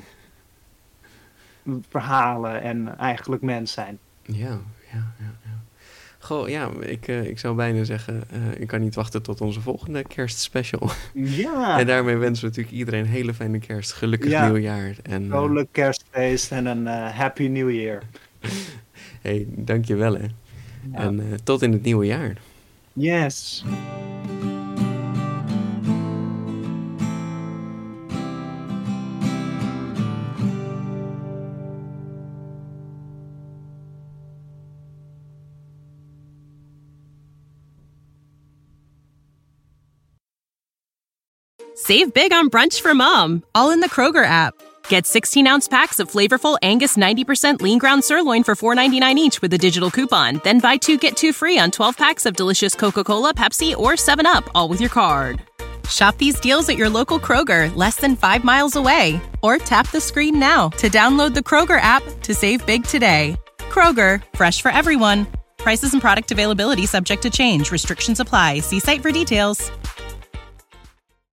verhalen en eigenlijk mens zijn.
Ja. Goh, ja, ik zou bijna zeggen, ik kan niet wachten tot onze volgende kerstspecial.
Ja.
En daarmee wensen we natuurlijk iedereen een hele fijne kerst, gelukkig nieuwjaar.
Vrolijk kerstfeest en een happy new year.
Hey, dankjewel hè. Ja. En tot in het nieuwe jaar.
Yes.
Save big on brunch for mom, all in the Kroger app. Get 16-ounce packs of flavorful Angus 90% lean ground sirloin for $4.99 each with a digital coupon. Then buy 2, get 2 free on 12 packs of delicious Coca-Cola, Pepsi, or 7-Up, all with your card. Shop these deals at your local Kroger, less than 5 miles away. Or tap the screen now to download the Kroger app to save big today. Kroger, fresh for everyone. Prices and product availability subject to change. Restrictions apply. See site for details.